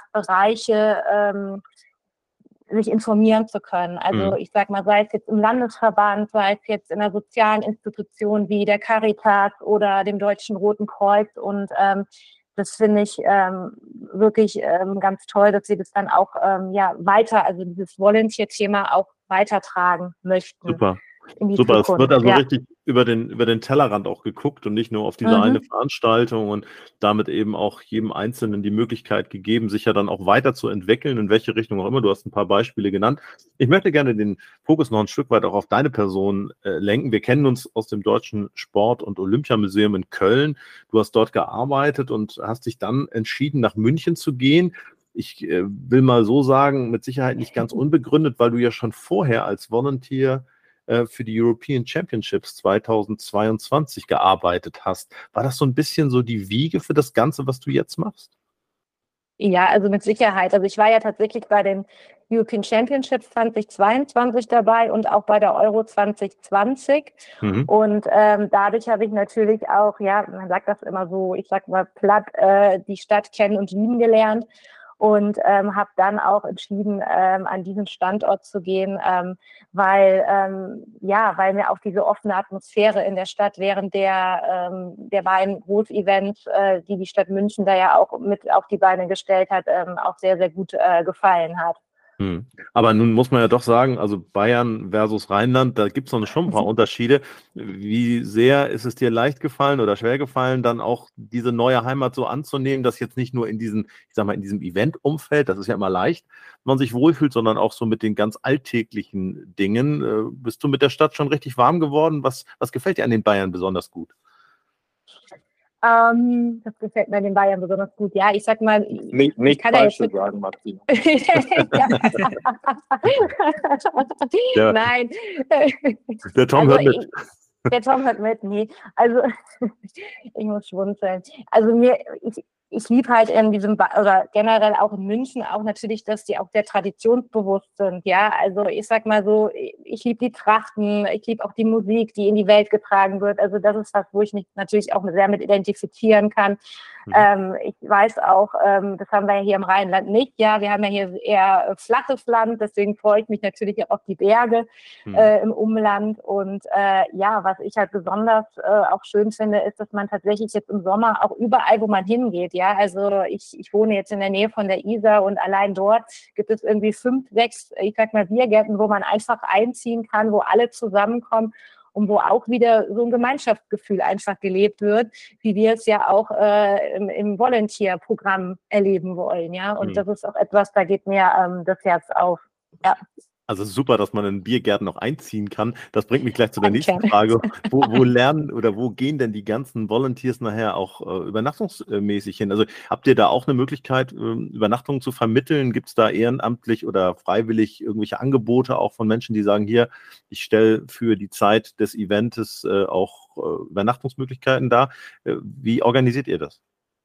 Bereiche sich informieren zu können. Also ich sag mal, sei es jetzt im Landesverband, sei es jetzt in einer sozialen Institution wie der Caritas oder dem Deutschen Roten Kreuz. Und das finde ich wirklich ganz toll, dass sie das dann auch weiter, also dieses Volunteer-Thema auch weitertragen möchten.
Super. Super, es wird also richtig über den Tellerrand auch geguckt und nicht nur auf diese eine Veranstaltung und damit eben auch jedem Einzelnen die Möglichkeit gegeben, sich ja dann auch weiterzuentwickeln, in welche Richtung auch immer. Du hast ein paar Beispiele genannt. Ich möchte gerne den Fokus noch ein Stück weit auch auf deine Person lenken. Wir kennen uns aus dem Deutschen Sport- und Olympiamuseum in Köln. Du hast dort gearbeitet und hast dich dann entschieden, nach München zu gehen. Ich will mal so sagen, mit Sicherheit nicht ganz unbegründet, weil du ja schon vorher als Volunteer für die European Championships 2022 gearbeitet hast. War das so ein bisschen so die Wiege für das Ganze, was du jetzt machst?
Ja, also mit Sicherheit. Also ich war ja tatsächlich bei den European Championships 2022 dabei und auch bei der Euro 2020. Und dadurch habe ich natürlich auch, man sagt das immer so, ich sag mal platt, die Stadt kennen und lieben gelernt. Und habe dann auch entschieden, an diesen Standort zu gehen, weil mir auch diese offene Atmosphäre in der Stadt während der beiden Großevents, die die Stadt München da ja auch mit auf die Beine gestellt hat, auch sehr, sehr gut gefallen hat.
Aber nun muss man ja doch sagen, also Bayern versus Rheinland, da gibt es noch schon ein paar Unterschiede. Wie sehr ist es dir leicht gefallen oder schwer gefallen, dann auch diese neue Heimat so anzunehmen, dass jetzt nicht nur in diesem, ich sag mal, in diesem Event-Umfeld, das ist ja immer leicht, man sich wohlfühlt, sondern auch so mit den ganz alltäglichen Dingen. Bist du mit der Stadt schon richtig warm geworden? Was gefällt dir an den Bayern besonders gut?
Das gefällt mir in den Bayern besonders gut. Ja, ich sag mal,
nicht falsch zu sagen, Martina.
Ja.
Nein.
Der Tom hört mit.
Der Tom hört mit, nee. Also ich muss schmunzeln. Also ich liebe halt in diesem, oder generell auch in München auch natürlich, dass die auch sehr traditionsbewusst sind, ja. Also ich sag mal so, ich liebe die Trachten, ich liebe auch die Musik, die in die Welt getragen wird. Also das ist was, wo ich mich natürlich auch sehr mit identifizieren kann. Ich weiß auch, das haben wir ja hier im Rheinland nicht, ja. Wir haben ja hier eher flaches Land, deswegen freue ich mich natürlich auch auf die Berge im Umland. Und ja, was ich halt besonders auch schön finde, ist, dass man tatsächlich jetzt im Sommer auch überall, wo man hingeht, ja, also ich wohne jetzt in der Nähe von der Isar und allein dort gibt es irgendwie 5, 6, ich sag mal Biergärten, wo man einfach einziehen kann, wo alle zusammenkommen und wo auch wieder so ein Gemeinschaftsgefühl einfach gelebt wird, wie wir es ja auch im Volunteer-Programm erleben wollen, ja, und das ist auch etwas, da geht mir das Herz auf, ja.
Also super, dass man in Biergärten noch einziehen kann. Das bringt mich gleich zu der nächsten Frage. Wo lernen oder wo gehen denn die ganzen Volunteers nachher auch übernachtungsmäßig hin? Also habt ihr da auch eine Möglichkeit, Übernachtungen zu vermitteln? Gibt es da ehrenamtlich oder freiwillig irgendwelche Angebote auch von Menschen, die sagen, hier, ich stelle für die Zeit des Events auch Übernachtungsmöglichkeiten dar? Wie organisiert ihr das?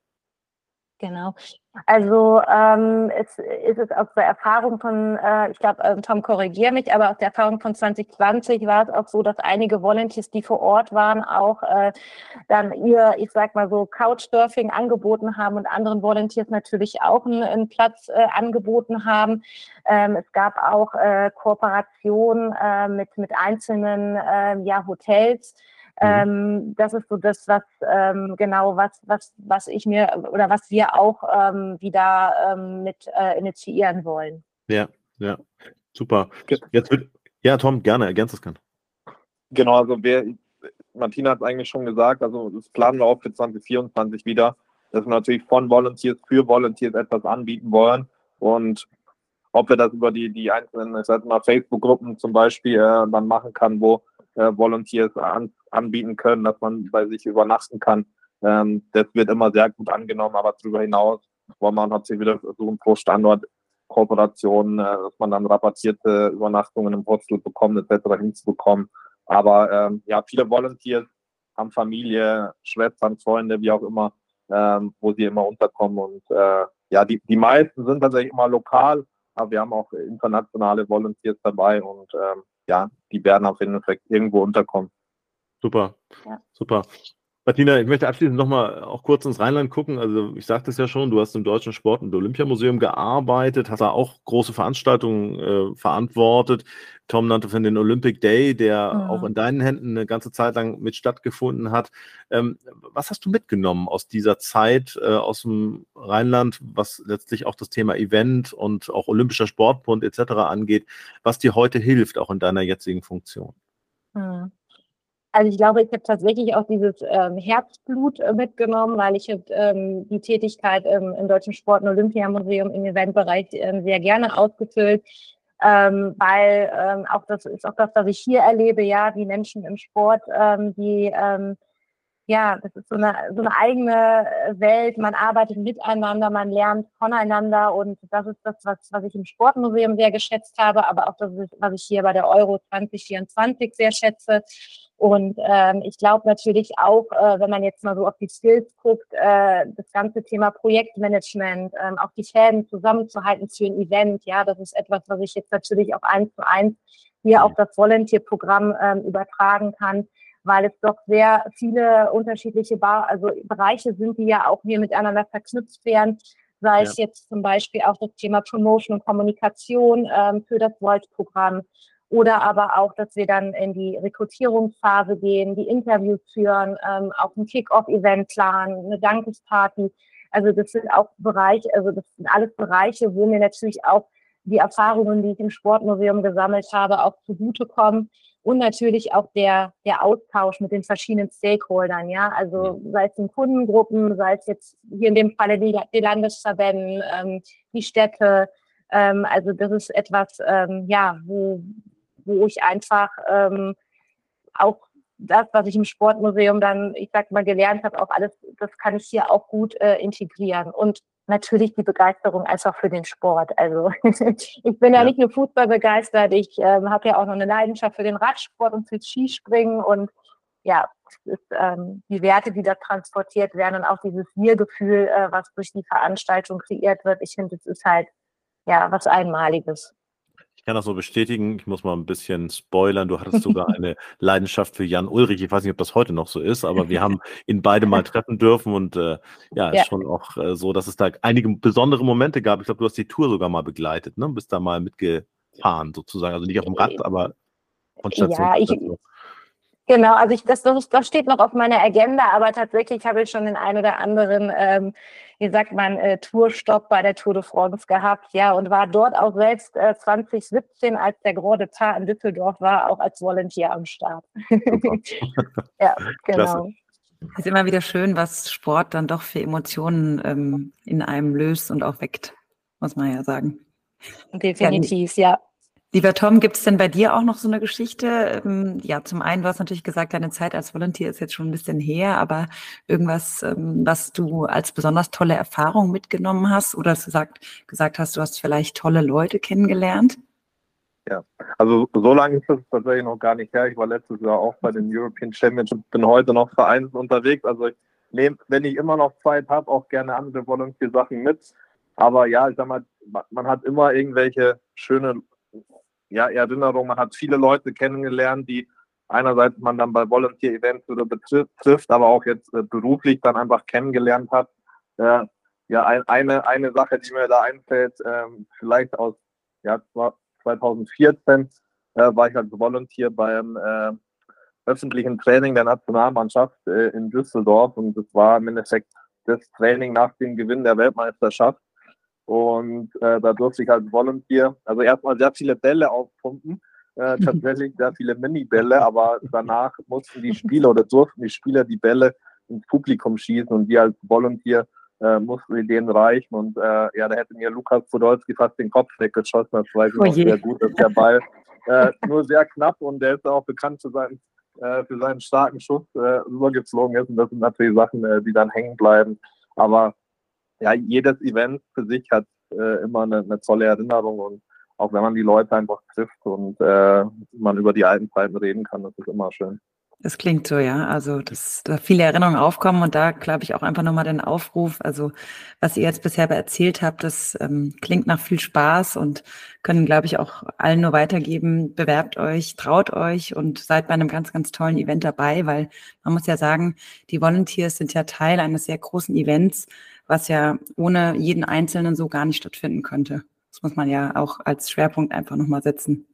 Genau. Also es ist aus der Erfahrung von, ich glaube, Tom, korrigier mich, aber aus der Erfahrung von 2020 war es auch so, dass einige Volunteers, die vor Ort waren, auch dann ich sag mal so, Couchsurfing angeboten haben und anderen Volunteers natürlich auch einen Platz angeboten haben. Es gab auch Kooperationen mit einzelnen Hotels. Das ist so das, was genau was ich mir oder was wir auch wieder mit initiieren wollen.
Ja, super. Ja, Tom, gerne, ergänzt das gerne.
Genau, also Martina hat es eigentlich schon gesagt, also das planen wir auch für 2024 wieder, dass wir natürlich von Volunteers für Volunteers etwas anbieten wollen und ob wir das über die einzelnen, ich sag mal, Facebook-Gruppen zum Beispiel dann machen kann, wo Volunteers anbieten können, dass man bei sich übernachten kann. Das wird immer sehr gut angenommen, aber darüber hinaus wollen wir natürlich wieder versuchen, pro Standort Kooperationen, dass man dann rabattierte Übernachtungen im Hostel bekommt, etc. hinzubekommen. Aber viele Volunteers haben Familie, Schwestern, Freunde, wie auch immer, wo sie immer unterkommen. Und die meisten sind tatsächlich immer lokal, aber wir haben auch internationale Volunteers dabei und die werden auf jeden Fall irgendwo unterkommen.
Super, super. Martina, ich möchte abschließend nochmal auch kurz ins Rheinland gucken. Also ich sagte es ja schon, du hast im Deutschen Sport- und Olympiamuseum gearbeitet, hast da auch große Veranstaltungen verantwortet. Tom nannte von den Olympic Day, der auch in deinen Händen eine ganze Zeit lang mit stattgefunden hat. Was hast du mitgenommen aus dieser Zeit aus dem Rheinland, was letztlich auch das Thema Event und auch Olympischer Sportbund etc. angeht, was dir heute hilft, auch in deiner jetzigen Funktion?
Also ich glaube, ich habe tatsächlich auch dieses Herzblut mitgenommen, weil ich die Tätigkeit im Deutschen Sport- und Olympiamuseum im Eventbereich sehr gerne ausgefüllt, weil auch das ist auch das, was ich hier erlebe, ja, die Menschen im Sport, das ist so eine eigene Welt, man arbeitet miteinander, man lernt voneinander und das ist das, was ich im Sportmuseum sehr geschätzt habe, aber auch das, was ich hier bei der Euro 2024 sehr schätze. Und ich glaube natürlich auch, wenn man jetzt mal so auf die Skills guckt, das ganze Thema Projektmanagement, auch die Fäden zusammenzuhalten für ein Event, ja, das ist etwas, was ich jetzt natürlich auch 1:1 hier auf das Volunteer-Programm übertragen kann, weil es doch sehr viele unterschiedliche Bereiche sind, die ja auch hier miteinander verknüpft werden, sei es jetzt zum Beispiel auch das Thema Promotion und Kommunikation für das Volt-Programm oder aber auch, dass wir dann in die Rekrutierungsphase gehen, die Interviews führen, auch ein Kick-Off-Event planen, eine Dankesparty. Also das sind auch Bereiche, also das sind alles Bereiche, wo mir natürlich auch die Erfahrungen, die ich im Sportmuseum gesammelt habe, auch zugutekommen. Und natürlich auch der Austausch mit den verschiedenen Stakeholdern, ja, also sei es in Kundengruppen, sei es jetzt hier in dem Falle die Landesverbände, die Städte. Also das ist etwas, wo ich einfach auch das, was ich im Sportmuseum dann, ich sag mal, gelernt habe, auch alles, das kann ich hier auch gut integrieren. Und natürlich die Begeisterung einfach für den Sport. Also ich bin ja nicht nur Fußball begeistert, ich habe ja auch noch eine Leidenschaft für den Radsport und fürs Skispringen und ja, es ist, die Werte, die da transportiert werden und auch dieses Wir-Gefühl, was durch die Veranstaltung kreiert wird. Ich finde, es ist halt ja was Einmaliges.
Ich kann das so bestätigen. Ich muss mal ein bisschen spoilern. Du hattest sogar eine Leidenschaft für Jan Ullrich. Ich weiß nicht, ob das heute noch so ist, aber wir haben ihn beide mal treffen dürfen und ist schon auch so, dass es da einige besondere Momente gab. Ich glaube, du hast die Tour sogar mal begleitet, ne? Bist da mal mitgefahren sozusagen. Also nicht auf dem Rad, aber von Station zu Station.
Genau, also das steht noch auf meiner Agenda, aber tatsächlich habe ich schon den einen oder anderen, Tourstopp bei der Tour de France gehabt, ja, und war dort auch selbst 2017, als der Grand Départ in Düsseldorf war, auch als Volunteer am Start. Ja, genau.
Klasse.
Es ist immer wieder schön, was Sport dann doch für Emotionen in einem löst und auch weckt, muss man ja sagen.
Definitiv, ja.
Lieber Tom, gibt es denn bei dir auch noch so eine Geschichte? Zum einen, du hast natürlich gesagt, deine Zeit als Volunteer ist jetzt schon ein bisschen her, aber irgendwas, was du als besonders tolle Erfahrung mitgenommen hast oder gesagt hast, du hast vielleicht tolle Leute kennengelernt?
Ja, also so lange ist das tatsächlich noch gar nicht her. Ich war letztes Jahr auch bei den European Championships, bin heute noch vereinzelt unterwegs. Also ich nehme, wenn ich immer noch Zeit habe, auch gerne andere Volunteer-Sachen mit. Aber ja, ich sag mal, man hat immer irgendwelche schöne Erinnerungen. Man hat viele Leute kennengelernt, die einerseits man dann bei Volunteer-Events oder betrifft, aber auch jetzt beruflich dann einfach kennengelernt hat. Eine Sache, die mir da einfällt, vielleicht aus 2014 war ich als Volunteer beim öffentlichen Training der Nationalmannschaft in Düsseldorf und das war im Endeffekt das Training nach dem Gewinn der Weltmeisterschaft. Und da durfte ich als Volunteer, also erstmal sehr viele Bälle aufpumpen, tatsächlich sehr viele Mini-Bälle, aber danach durften die Spieler die Bälle ins Publikum schießen und wir als Volunteer mussten wir denen reichen und da hätte mir Lukas Podolski fast den Kopf weggeschossen, das weiß ich noch sehr gut, dass der Ball nur sehr knapp und der ist auch bekannt für seinen starken Schuss rübergeflogen ist und das sind natürlich Sachen, die dann hängen bleiben, aber ja, jedes Event für sich hat immer eine tolle Erinnerung und auch wenn man die Leute einfach trifft und man über die alten Zeiten reden kann, das ist immer schön.
Das klingt so, ja. Also, dass da viele Erinnerungen aufkommen und da glaube ich auch einfach nochmal den Aufruf. Also, was ihr jetzt bisher erzählt habt, das klingt nach viel Spaß und können, glaube ich, auch allen nur weitergeben. Bewerbt euch, traut euch und seid bei einem ganz, ganz tollen Event dabei, weil man muss ja sagen, die Volunteers sind ja Teil eines sehr großen Events, was ja ohne jeden Einzelnen so gar nicht stattfinden könnte. Das muss man ja auch als Schwerpunkt einfach nochmal setzen.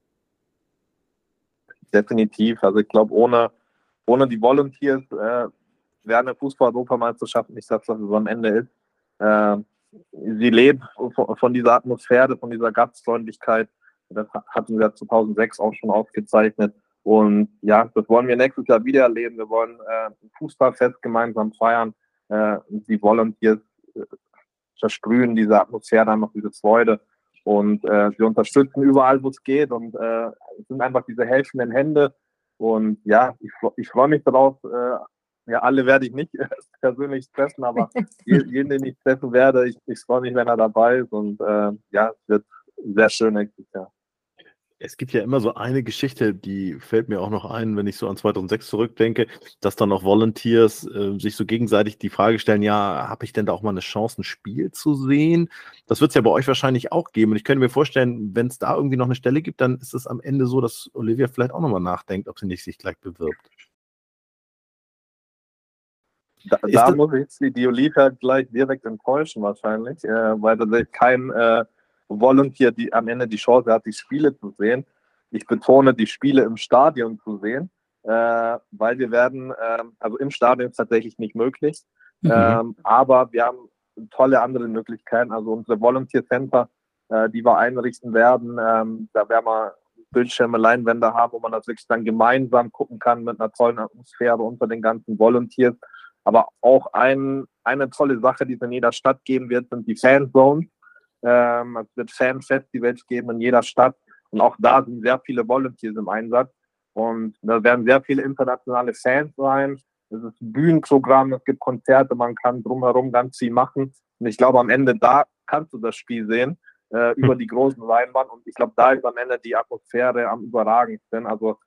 Definitiv. Also ich glaube, ohne die Volunteers wäre eine Fußball-Europameisterschaft nicht das, was es am Ende ist. Sie lebt von dieser Atmosphäre, von dieser Gastfreundlichkeit. Das hatten wir 2006 auch schon aufgezeichnet. Und ja, das wollen wir nächstes Jahr wieder erleben. Wir wollen ein Fußballfest gemeinsam feiern. Die Volunteers versprühen diese Atmosphäre, einfach diese Freude. Und sie unterstützen überall, wo es geht und sind einfach diese helfenden Hände. Und ja, ich freue mich darauf. Alle werde ich nicht persönlich treffen, aber jeden, den ich treffen werde, ich freue mich, wenn er dabei ist. Und es wird sehr schön nächstes Jahr.
Es gibt ja immer so eine Geschichte, die fällt mir auch noch ein, wenn ich so an 2006 zurückdenke, dass dann auch Volunteers sich so gegenseitig die Frage stellen, ja, habe ich denn da auch mal eine Chance, ein Spiel zu sehen? Das wird es ja bei euch wahrscheinlich auch geben. Und ich könnte mir vorstellen, wenn es da irgendwie noch eine Stelle gibt, dann ist es am Ende so, dass Olivia vielleicht auch nochmal nachdenkt, ob sie nicht sich gleich bewirbt.
Da muss ich die Olivia gleich direkt enttäuschen wahrscheinlich, weil tatsächlich kein Volunteer, die am Ende die Chance hat, die Spiele zu sehen. Ich betone, die Spiele im Stadion zu sehen, weil wir werden, also im Stadion ist tatsächlich nicht möglich, aber wir haben tolle andere Möglichkeiten. Also unsere Volunteer Center die wir einrichten werden. Da werden wir Bildschirme, Leinwände haben, wo man das wirklich dann gemeinsam gucken kann mit einer tollen Atmosphäre unter den ganzen Volunteers. Aber auch eine tolle Sache, die es in jeder Stadt geben wird, sind die Fanzones. Es wird Fanfestivals geben in jeder Stadt. Und auch da sind sehr viele Volunteers im Einsatz. Und da werden sehr viele internationale Fans sein. Es ist ein Bühnenprogramm, es gibt Konzerte, man kann drumherum ganz viel machen. Und ich glaube, am Ende da kannst du das Spiel sehen, über die großen Leinwand. Und ich glaube, da ist am Ende die Atmosphäre am überragendsten. Also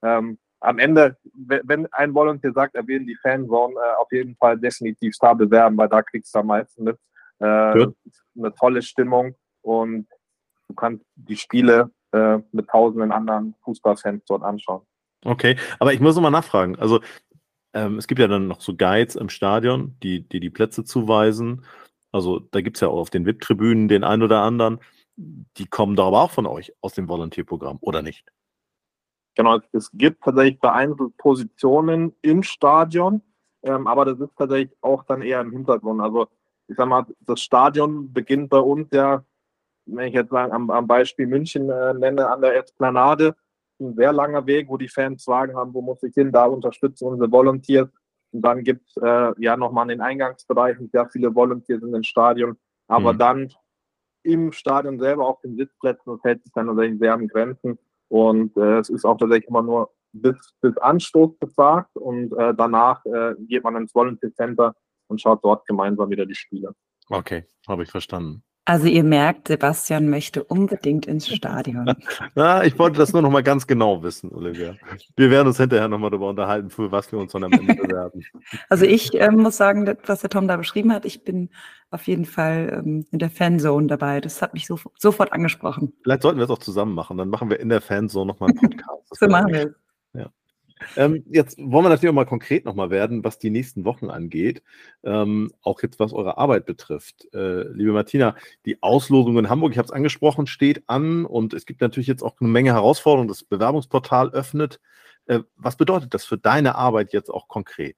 am Ende, wenn ein Volunteer sagt, er will in die Fanzone, auf jeden Fall definitiv da bewerben, weil da kriegst du am meisten mit. Eine tolle Stimmung und du kannst die Spiele mit tausenden anderen Fußballfans dort anschauen.
Okay, aber ich muss nochmal nachfragen. Also es gibt ja dann noch so Guides im Stadion, die Plätze zuweisen. Also da gibt es ja auch auf den VIP-Tribünen den einen oder anderen. Die kommen da aber auch von euch aus dem Volunteer-Programm, oder nicht?
Genau, es gibt tatsächlich vereinzelte Positionen im Stadion, aber das ist tatsächlich auch dann eher im Hintergrund. Also ich sag mal, das Stadion beginnt bei uns ja, wenn ich jetzt sagen, am Beispiel München nenne, an der Esplanade, ein sehr langer Weg, wo die Fans Fragen haben, wo muss ich hin, da unterstützen unsere Volunteers. Und dann gibt es ja nochmal in den Eingangsbereichen sehr viele Volunteers in den Stadion, aber dann im Stadion selber auf den Sitzplätzen, das hält sich dann tatsächlich sehr an Grenzen. Und es ist auch tatsächlich immer nur bis Anstoß gefragt und danach geht man ins Volunteer Center und schaut dort gemeinsam wieder die Spiele.
Okay, habe ich verstanden.
Also ihr merkt, Sebastian möchte unbedingt ins Stadion.
Na, ich wollte das nur noch mal ganz genau wissen, Olivia. Wir werden uns hinterher noch mal darüber unterhalten, für was wir uns dann am Ende bewerben.
Also ich muss sagen, was der Tom da beschrieben hat, ich bin auf jeden Fall in der Fanzone dabei. Das hat mich sofort angesprochen.
Vielleicht sollten wir es auch zusammen machen. Dann machen wir in der Fanzone noch mal einen Podcast.
So machen wir es.
Ja. Jetzt wollen wir natürlich auch mal konkret noch mal werden, was die nächsten Wochen angeht. Auch jetzt, was eure Arbeit betrifft. Liebe Martina, die Auslosung in Hamburg, ich habe es angesprochen, steht an und es gibt natürlich jetzt auch eine Menge Herausforderungen. Das Bewerbungsportal öffnet. Was bedeutet das für deine Arbeit jetzt auch konkret?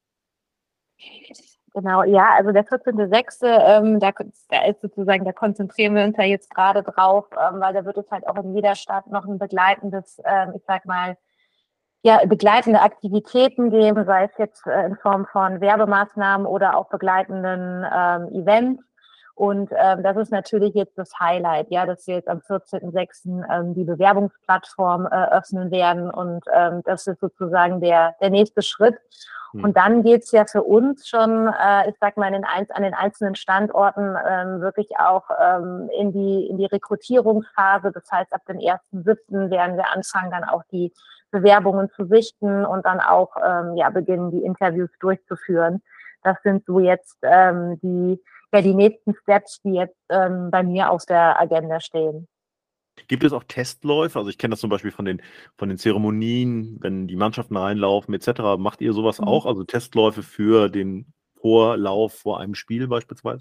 Genau, ja, also der 14.06., da ist sozusagen, da konzentrieren wir uns ja jetzt gerade drauf, weil da wird es halt auch in jeder Stadt noch ein begleitendes, ich sag mal, ja, begleitende Aktivitäten geben, sei es jetzt in Form von Werbemaßnahmen oder auch begleitenden Events. Und das ist natürlich jetzt das Highlight, ja, dass wir jetzt am 14.06. Die Bewerbungsplattform öffnen werden. Und das ist sozusagen der nächste Schritt. Und dann geht's ja für uns schon, ich sag mal, an den einzelnen Standorten wirklich auch in die Rekrutierungsphase. Das heißt, ab dem 1.07. werden wir anfangen, dann auch die Bewerbungen zu sichten und dann auch beginnen, die Interviews durchzuführen. Das sind so jetzt die nächsten Steps, die jetzt bei mir auf der Agenda stehen.
Gibt es auch Testläufe? Also ich kenne das zum Beispiel von den Zeremonien, wenn die Mannschaften reinlaufen etc. Macht ihr sowas auch? Also Testläufe für den Vorlauf vor einem Spiel beispielsweise?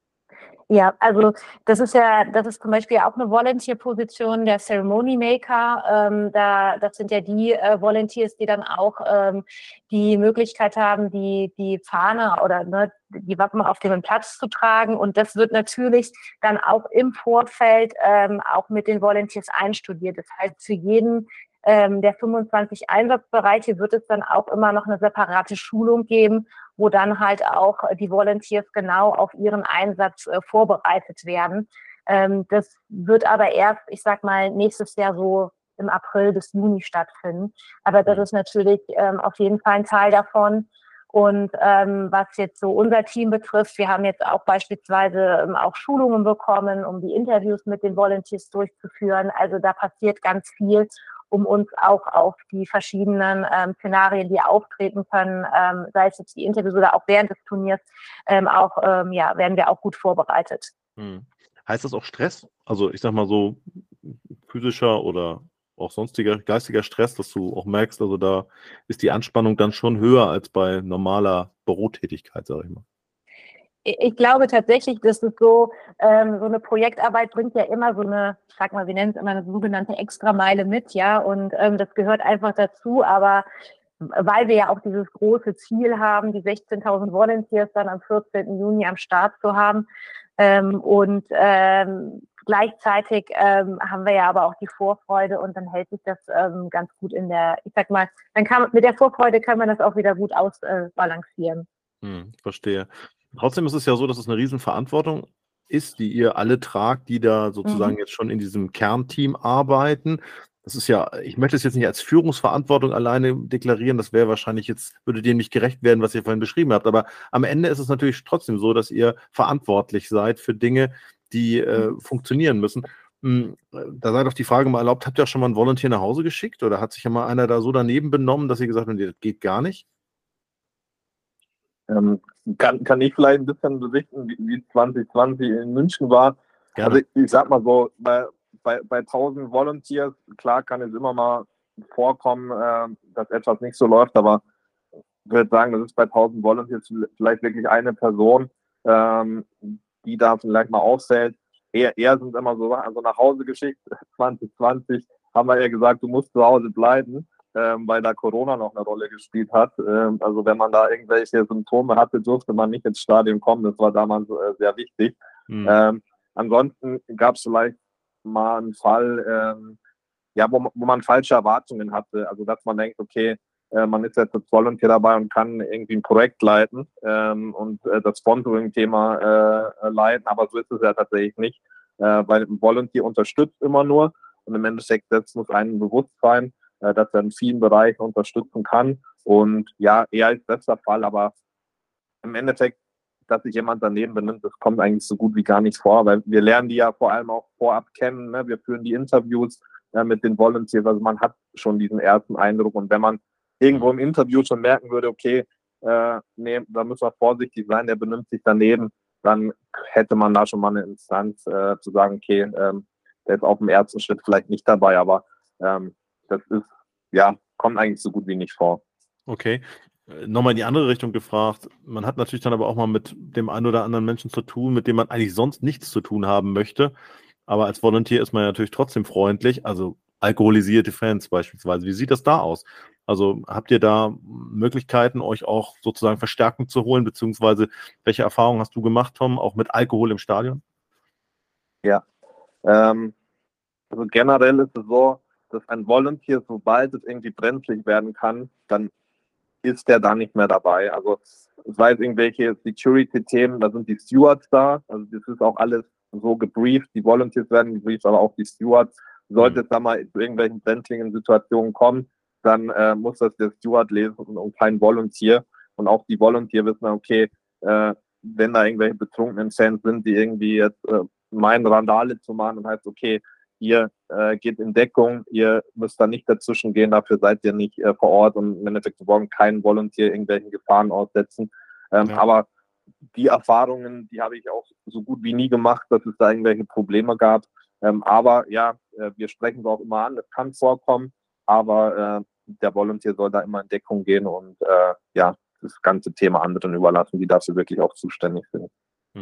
Ja, also das ist zum Beispiel auch eine Volunteer-Position der Ceremony Maker. Das sind ja die Volunteers, die dann auch die Möglichkeit haben, die Fahne oder die Wappen auf dem Platz zu tragen. Und das wird natürlich dann auch im Vorfeld auch mit den Volunteers einstudiert. Das heißt, für jeden der 25 Einsatzbereiche wird es dann auch immer noch eine separate Schulung geben, wo dann halt auch die Volunteers genau auf ihren Einsatz vorbereitet werden. Das wird aber erst, ich sag mal, nächstes Jahr so im April bis Juni stattfinden. Aber das ist natürlich auf jeden Fall ein Teil davon. Und was jetzt so unser Team betrifft, wir haben jetzt auch beispielsweise auch Schulungen bekommen, um die Interviews mit den Volunteers durchzuführen. Also da passiert ganz viel, um uns auch auf die verschiedenen Szenarien, die auftreten können, sei es jetzt die Interviews oder auch während des Turniers, werden wir auch gut vorbereitet.
Heißt das auch Stress? Also ich sag mal so physischer oder auch sonstiger geistiger Stress, dass du auch merkst, also da ist die Anspannung dann schon höher als bei normaler Bürotätigkeit, sage ich mal.
Ich glaube tatsächlich, dass es so eine Projektarbeit bringt ja immer so eine, ich sag mal, wir nennen es immer eine sogenannte Extrameile mit, ja, und das gehört einfach dazu, aber weil wir ja auch dieses große Ziel haben, die 16.000 gleichzeitig haben wir ja aber auch die Vorfreude und dann hält sich das ganz gut ich sag mal, mit der Vorfreude kann man das auch wieder gut ausbalancieren.
Verstehe. Trotzdem ist es ja so, dass es eine Riesenverantwortung ist, die ihr alle tragt, die da sozusagen jetzt schon in diesem Kernteam arbeiten. Das ist ja, ich möchte es jetzt nicht als Führungsverantwortung alleine deklarieren, das wäre wahrscheinlich jetzt, würde dem nicht gerecht werden, was ihr vorhin beschrieben habt, aber am Ende ist es natürlich trotzdem so, dass ihr verantwortlich seid für Dinge, die funktionieren müssen. Da sei doch die Frage mal erlaubt, habt ihr auch schon mal einen Volunteer nach Hause geschickt oder hat sich ja mal einer da so daneben benommen, dass ihr gesagt habt, das geht gar nicht?
Kann ich vielleicht ein bisschen berichten, wie 2020 in München war?
Gerne.
Also ich sag mal so, bei 1000 Volunteers, klar kann es immer mal vorkommen, dass etwas nicht so läuft, aber ich würde sagen, das ist bei 1000 Volunteers vielleicht wirklich eine Person, die da vielleicht mal auffällt. Eher sind immer so Sachen, also nach Hause geschickt, 2020 haben wir ja gesagt, du musst zu Hause bleiben, weil da Corona noch eine Rolle gespielt hat. Also wenn man da irgendwelche Symptome hatte, durfte man nicht ins Stadion kommen. Das war damals sehr wichtig. Ansonsten gab es vielleicht mal einen Fall, wo man falsche Erwartungen hatte. Also dass man denkt, okay, man ist jetzt als Volunteer dabei und kann irgendwie ein Projekt leiten und das Sponsoring-Thema leiten, aber so ist es ja tatsächlich nicht, weil ein Volunteer unterstützt immer nur und im Endeffekt das muss einem bewusst sein, dass er in vielen Bereichen unterstützen kann und ja, eher ist das der Fall, aber im Endeffekt, dass sich jemand daneben benimmt, das kommt eigentlich so gut wie gar nicht vor, weil wir lernen die ja vor allem auch vorab kennen, ne? Wir führen die Interviews mit den Volunteers, also man hat schon diesen ersten Eindruck und wenn man irgendwo im Interview schon merken würde, okay, nee, da müssen wir vorsichtig sein, der benimmt sich daneben, dann hätte man da schon mal eine Instanz zu sagen, okay, der ist auf dem ersten Schritt vielleicht nicht dabei, aber das ist, ja, kommt eigentlich so gut wie nicht vor.
Okay. Nochmal in die andere Richtung gefragt. Man hat natürlich dann aber auch mal mit dem einen oder anderen Menschen zu tun, mit dem man eigentlich sonst nichts zu tun haben möchte. Aber als Volunteer ist man ja natürlich trotzdem freundlich. Also alkoholisierte Fans beispielsweise. Wie sieht das da aus? Also habt ihr da Möglichkeiten, euch auch sozusagen Verstärkung zu holen? Beziehungsweise welche Erfahrungen hast du gemacht, Tom, auch mit Alkohol im Stadion?
Ja, also generell ist es so, dass ein Volunteer, sobald es irgendwie brenzlig werden kann, dann ist der da nicht mehr dabei. Also sei es irgendwelche Security-Themen, da sind die Stewards da, also das ist auch alles so gebrieft, die Volunteers werden gebrieft, aber auch die Stewards. Sollte es da mal zu irgendwelchen brenzligen Situationen kommen, dann muss das der Steward lesen und kein Volunteer. Und auch die Volunteer wissen, okay, wenn da irgendwelche betrunkenen Fans sind, die irgendwie jetzt meinen, Randale zu machen und heißt, okay, ihr geht in Deckung, ihr müsst da nicht dazwischen gehen, dafür seid ihr nicht vor Ort und im Endeffekt wollen keinen Volunteer irgendwelchen Gefahren aussetzen. Aber die Erfahrungen, die habe ich auch so gut wie nie gemacht, dass es da irgendwelche Probleme gab. Aber ja, wir sprechen es auch immer an, es kann vorkommen, aber der Volunteer soll da immer in Deckung gehen und ja, das ganze Thema anderen überlassen, die dafür wirklich auch zuständig sind.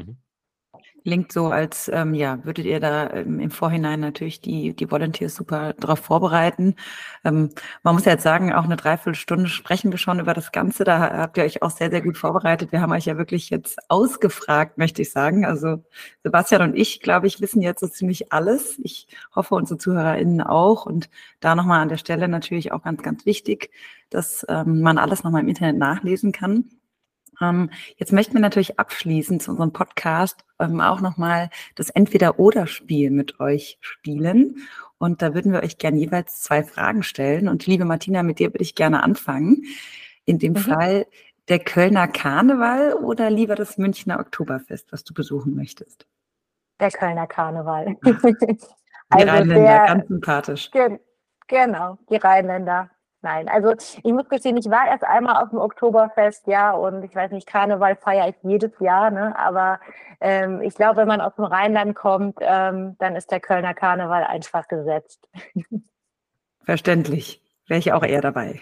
Klingt so, als würdet ihr da im Vorhinein natürlich die Volunteers super darauf vorbereiten. Man muss ja jetzt sagen, auch eine Dreiviertelstunde sprechen wir schon über das Ganze. Da habt ihr euch auch sehr, sehr gut vorbereitet. Wir haben euch ja wirklich jetzt ausgefragt, möchte ich sagen. Also Sebastian und ich, glaube ich, wissen jetzt so ziemlich alles. Ich hoffe, unsere ZuhörerInnen auch. Und da nochmal an der Stelle natürlich auch ganz, ganz wichtig, dass man alles nochmal im Internet nachlesen kann. Jetzt möchten wir natürlich abschließend zu unserem Podcast auch nochmal das Entweder-Oder-Spiel mit euch spielen. Und da würden wir euch gerne jeweils 2 Fragen stellen. Und liebe Martina, mit dir würde ich gerne anfangen. In dem Fall der Kölner Karneval oder lieber das Münchner Oktoberfest, was du besuchen möchtest?
Der Kölner Karneval.
Die Rheinländer, ganz sympathisch.
Genau, die Rheinländer. Nein, also ich muss gestehen, ich war erst einmal auf dem Oktoberfest, ja, und ich weiß nicht, Karneval feiere ich jedes Jahr, ne, aber ich glaube, wenn man aus dem Rheinland kommt, dann ist der Kölner Karneval einfach gesetzt.
Verständlich, wäre ich auch eher dabei.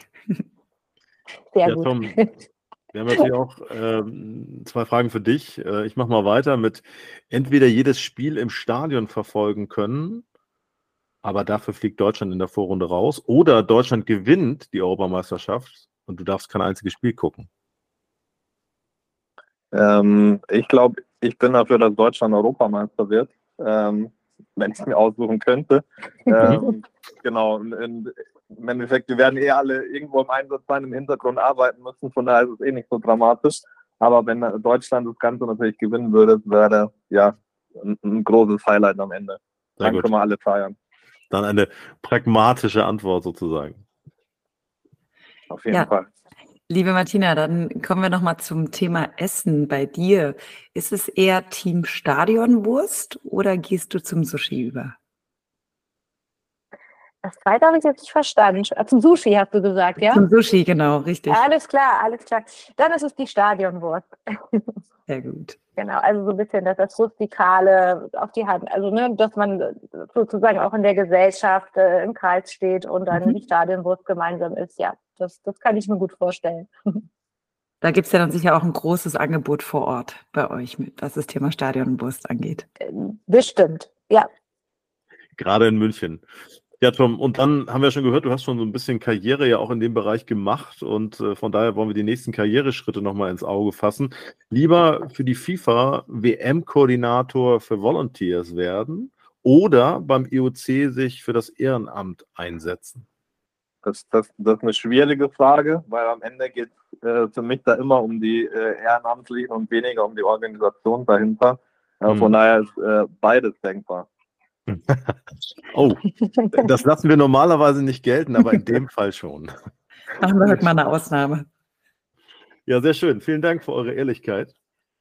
Sehr gut.
Tom, wir haben natürlich auch 2 Fragen für dich. Ich mache mal weiter mit entweder jedes Spiel im Stadion verfolgen können, aber dafür fliegt Deutschland in der Vorrunde raus. Oder Deutschland gewinnt die Europameisterschaft und du darfst kein einziges Spiel gucken.
Ich glaube, ich bin dafür, dass Deutschland Europameister wird. wenn ich mir aussuchen könnte. Genau, und im Endeffekt, wir werden alle irgendwo im Einsatz sein, im Hintergrund arbeiten müssen, von daher ist es nicht so dramatisch. Aber wenn Deutschland das Ganze natürlich gewinnen würde, wäre ja ein großes Highlight am Ende.
Sehr
Dann
gut.
können wir alle feiern.
Dann eine pragmatische Antwort sozusagen.
Auf jeden Fall.
Liebe Martina, dann kommen wir nochmal zum Thema Essen bei dir. Ist es eher Team Stadionwurst oder gehst du zum Sushi über?
Das zweite habe ich jetzt nicht verstanden. Zum Sushi hast du gesagt, ja?
Zum Sushi, genau, richtig.
Alles klar. Dann ist es die Stadionwurst.
Sehr gut.
Genau, also so ein bisschen das Rustikale auf die Hand. Also, dass man sozusagen auch in der Gesellschaft im Kreis steht und dann die Stadionwurst gemeinsam ist. Ja, das kann ich mir gut vorstellen.
Da gibt es ja dann sicher auch ein großes Angebot vor Ort bei euch, was das Thema Stadionwurst angeht.
Bestimmt, ja.
Gerade in München. Ja, Tom, und dann haben wir schon gehört, du hast schon so ein bisschen Karriere ja auch in dem Bereich gemacht und von daher wollen wir die nächsten Karriereschritte nochmal ins Auge fassen. Lieber für die FIFA WM-Koordinator für Volunteers werden oder beim IOC sich für das Ehrenamt einsetzen?
Das ist eine schwierige Frage, weil am Ende geht es für mich da immer um die Ehrenamtlichen und weniger um die Organisation dahinter. Von daher ist beides denkbar.
Oh, das lassen wir normalerweise nicht gelten, aber in dem Fall schon.
Machen wir heute mal eine Ausnahme.
Ja, sehr schön. Vielen Dank für eure Ehrlichkeit.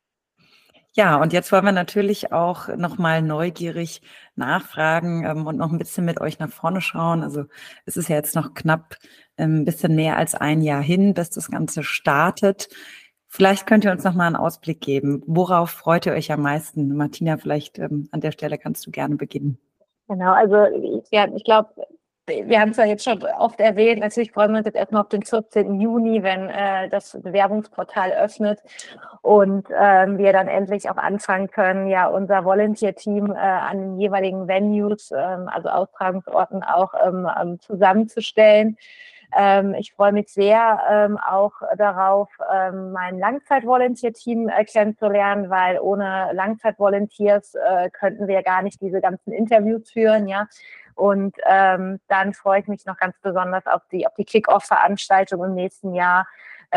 Ja, und jetzt wollen wir natürlich auch nochmal neugierig nachfragen und noch ein bisschen mit euch nach vorne schauen. Also es ist ja jetzt noch knapp ein bisschen mehr als ein Jahr hin, bis das Ganze startet. Vielleicht könnt ihr uns noch mal einen Ausblick geben. Worauf freut ihr euch am meisten? Martina, vielleicht an der Stelle kannst du gerne beginnen.
Genau, also ich glaube, wir haben es ja jetzt schon oft erwähnt, natürlich freuen wir uns jetzt erstmal auf den 14. Juni, wenn das Bewerbungsportal öffnet und wir dann endlich auch anfangen können, ja unser Volunteer-Team an den jeweiligen Venues, also Austragungsorten auch zusammenzustellen. Ich freue mich sehr auch darauf, mein Langzeit-Volunteer-Team kennenzulernen, weil ohne Langzeit-Volunteers könnten wir gar nicht diese ganzen Interviews führen, ja. Und dann freue ich mich noch ganz besonders auf die Kick-Off-Veranstaltung im nächsten Jahr,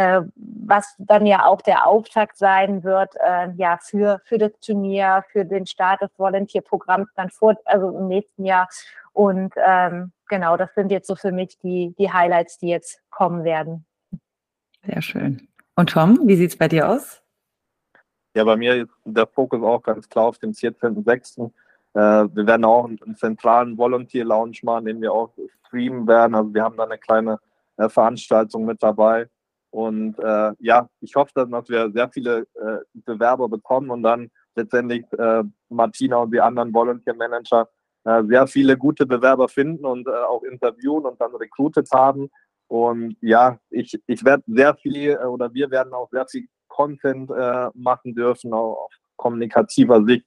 was dann ja auch der Auftakt sein wird, ja, für das Turnier, für den Start des Volunteer-Programms dann im nächsten Jahr. Und genau, das sind jetzt so für mich die Highlights, die jetzt kommen werden.
Sehr schön. Und Tom, wie sieht es bei dir aus?
Ja, bei mir ist der Fokus auch ganz klar auf dem 14.06. Wir werden auch einen zentralen Volunteer-Lounge machen, den wir auch streamen werden. Also wir haben da eine kleine Veranstaltung mit dabei. Und ja, ich hoffe, dass wir sehr viele Bewerber bekommen und dann letztendlich Martina und die anderen Volunteer-Manager sehr viele gute Bewerber finden und auch interviewen und dann recruited haben. Und ja, ich werde sehr viel oder wir werden auch sehr viel Content machen dürfen, auch auf kommunikativer Sicht.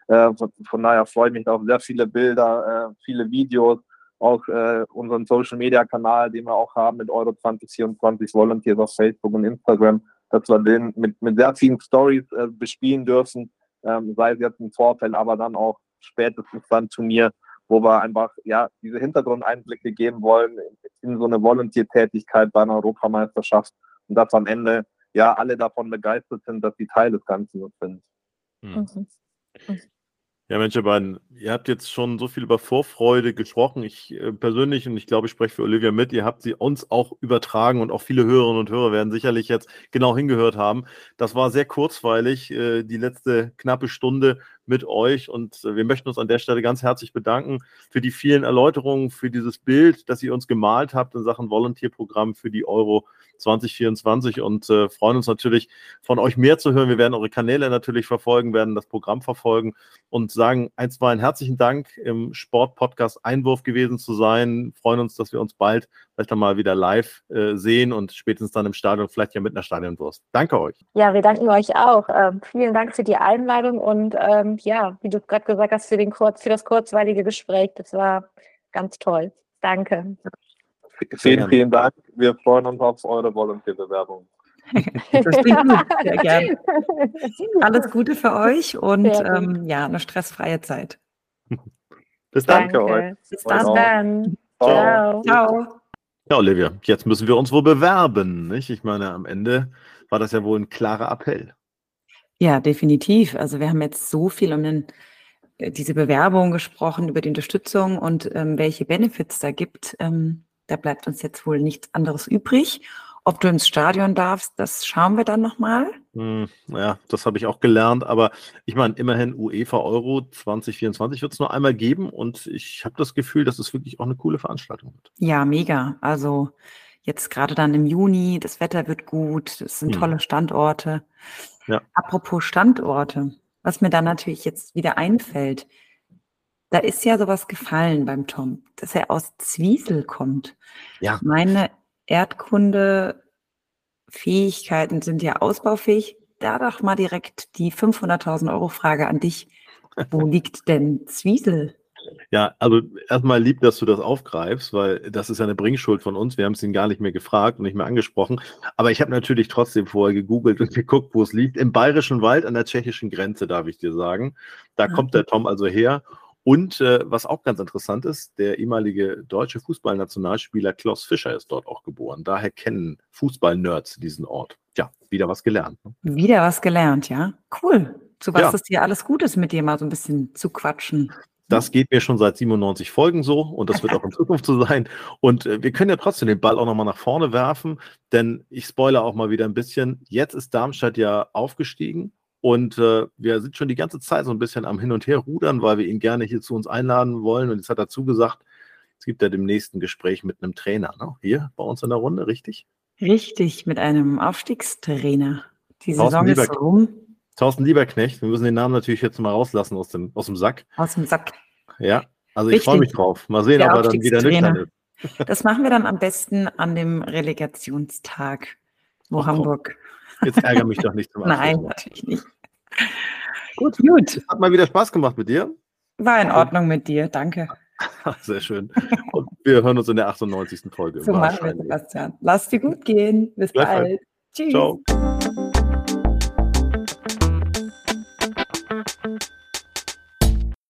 Von daher freue ich mich auf sehr viele Bilder, viele Videos, auch unseren Social-Media-Kanal, den wir auch haben mit Euro 2024 Volunteers auf Facebook und Instagram, dass wir den mit sehr vielen Stories bespielen dürfen, sei es jetzt im Vorfeld, aber dann auch spätestens beim Turnier, wo wir einfach ja diese Hintergrundeinblicke geben wollen in so eine Volunteer-Tätigkeit bei einer Europameisterschaft und dass am Ende ja alle davon begeistert sind, dass sie Teil des Ganzen sind.
Ja, Mensch, ihr beiden, ihr habt jetzt schon so viel über Vorfreude gesprochen. Ich persönlich, und ich glaube, ich spreche für Olivia mit, ihr habt sie uns auch übertragen und auch viele Hörerinnen und Hörer werden sicherlich jetzt genau hingehört haben. Das war sehr kurzweilig, die letzte knappe Stunde mit euch und wir möchten uns an der Stelle ganz herzlich bedanken für die vielen Erläuterungen, für dieses Bild, das ihr uns gemalt habt in Sachen Volunteer-Programm für die Euro 2024 und freuen uns natürlich, von euch mehr zu hören. Wir werden eure Kanäle natürlich verfolgen, werden das Programm verfolgen und sagen einstweilen herzlichen Dank, im Sport-Podcast Einwurf gewesen zu sein. Freuen uns, dass wir uns bald vielleicht dann mal wieder live sehen und spätestens dann im Stadion, vielleicht ja mit einer Stadionwurst. Danke euch.
Ja, wir danken euch auch. Vielen Dank für die Einladung und ja, wie du gerade gesagt hast, für das kurzweilige Gespräch. Das war ganz toll. Danke.
Vielen Dank. Wir freuen uns auf eure Volunteer-Bewerbung.
Das klingt gut, sehr gerne. Alles Gute für euch und ja, eine stressfreie Zeit.
Bis dann.
Danke euch.
Bis
Bis dann.
Ciao.
Ciao.
Ciao.
Ja, Olivia, jetzt müssen wir uns wohl bewerben, nicht? Ich meine, am Ende war das ja wohl ein klarer Appell.
Ja, definitiv. Also wir haben jetzt so viel um diese Bewerbung gesprochen, über die Unterstützung und welche Benefits da gibt. Da bleibt uns jetzt wohl nichts anderes übrig. Ob du ins Stadion darfst, das schauen wir dann nochmal.
Ja, das habe ich auch gelernt, aber ich meine, immerhin UEFA Euro 2024 wird es nur einmal geben und ich habe das Gefühl, dass es wirklich auch eine coole Veranstaltung wird.
Ja, mega. Also jetzt gerade dann im Juni, das Wetter wird gut, das sind tolle Standorte.
Ja.
Apropos Standorte, was mir dann natürlich jetzt wieder einfällt, da ist ja sowas gefallen beim Tom, dass er aus Zwiesel kommt.
Ja.
Meine Erdkunde-Fähigkeiten sind ja ausbaufähig. Da doch mal direkt die 500.000 Euro Frage an dich. Wo liegt denn Zwiesel?
Ja, also erstmal lieb, dass du das aufgreifst, weil das ist ja eine Bringschuld von uns. Wir haben es ihn gar nicht mehr gefragt und nicht mehr angesprochen. Aber ich habe natürlich trotzdem vorher gegoogelt und geguckt, wo es liegt. Im Bayerischen Wald an der tschechischen Grenze, darf ich dir sagen. Da kommt der Tom also her. Und was auch ganz interessant ist, der ehemalige deutsche Fußballnationalspieler Klaus Fischer ist dort auch geboren. Daher kennen Fußball-Nerds diesen Ort. Tja, wieder was gelernt. Ne?
Wieder was gelernt, ja? Cool. Zu was
Ja.
ist dir alles Gutes, mit dir mal so ein bisschen zu quatschen?
Das geht mir schon seit 97 Folgen so und das wird auch in Zukunft so sein. Und wir können ja trotzdem den Ball auch nochmal nach vorne werfen, denn ich spoilere auch mal wieder ein bisschen. Jetzt ist Darmstadt ja aufgestiegen und wir sind schon die ganze Zeit so ein bisschen am Hin und Her rudern, weil wir ihn gerne hier zu uns einladen wollen. Und jetzt hat er zugesagt, es gibt ja demnächst ein Gespräch mit einem Trainer, ne? Hier bei uns in der Runde, richtig?
Richtig, mit einem Aufstiegstrainer. Die Saison ist rum.
Thorsten Lieberknecht, wir müssen den Namen natürlich jetzt mal rauslassen aus dem Sack.
Aus dem Sack.
Ja, also ich freue mich drauf. Mal sehen, ob er dann wieder nüchtern ist.
Das machen wir dann am besten an dem Relegationstag, wo Hamburg.
Jetzt ärgere mich doch nicht zum Abschluss.
Nein, natürlich nicht.
Gut. Es hat mal wieder Spaß gemacht mit dir.
War in Ordnung mit dir, danke.
Sehr schön. Und wir hören uns in der 98. Folge.
So machen wir, Sebastian. Lass dir gut gehen. Bis bald. Tschüss.
Ciao.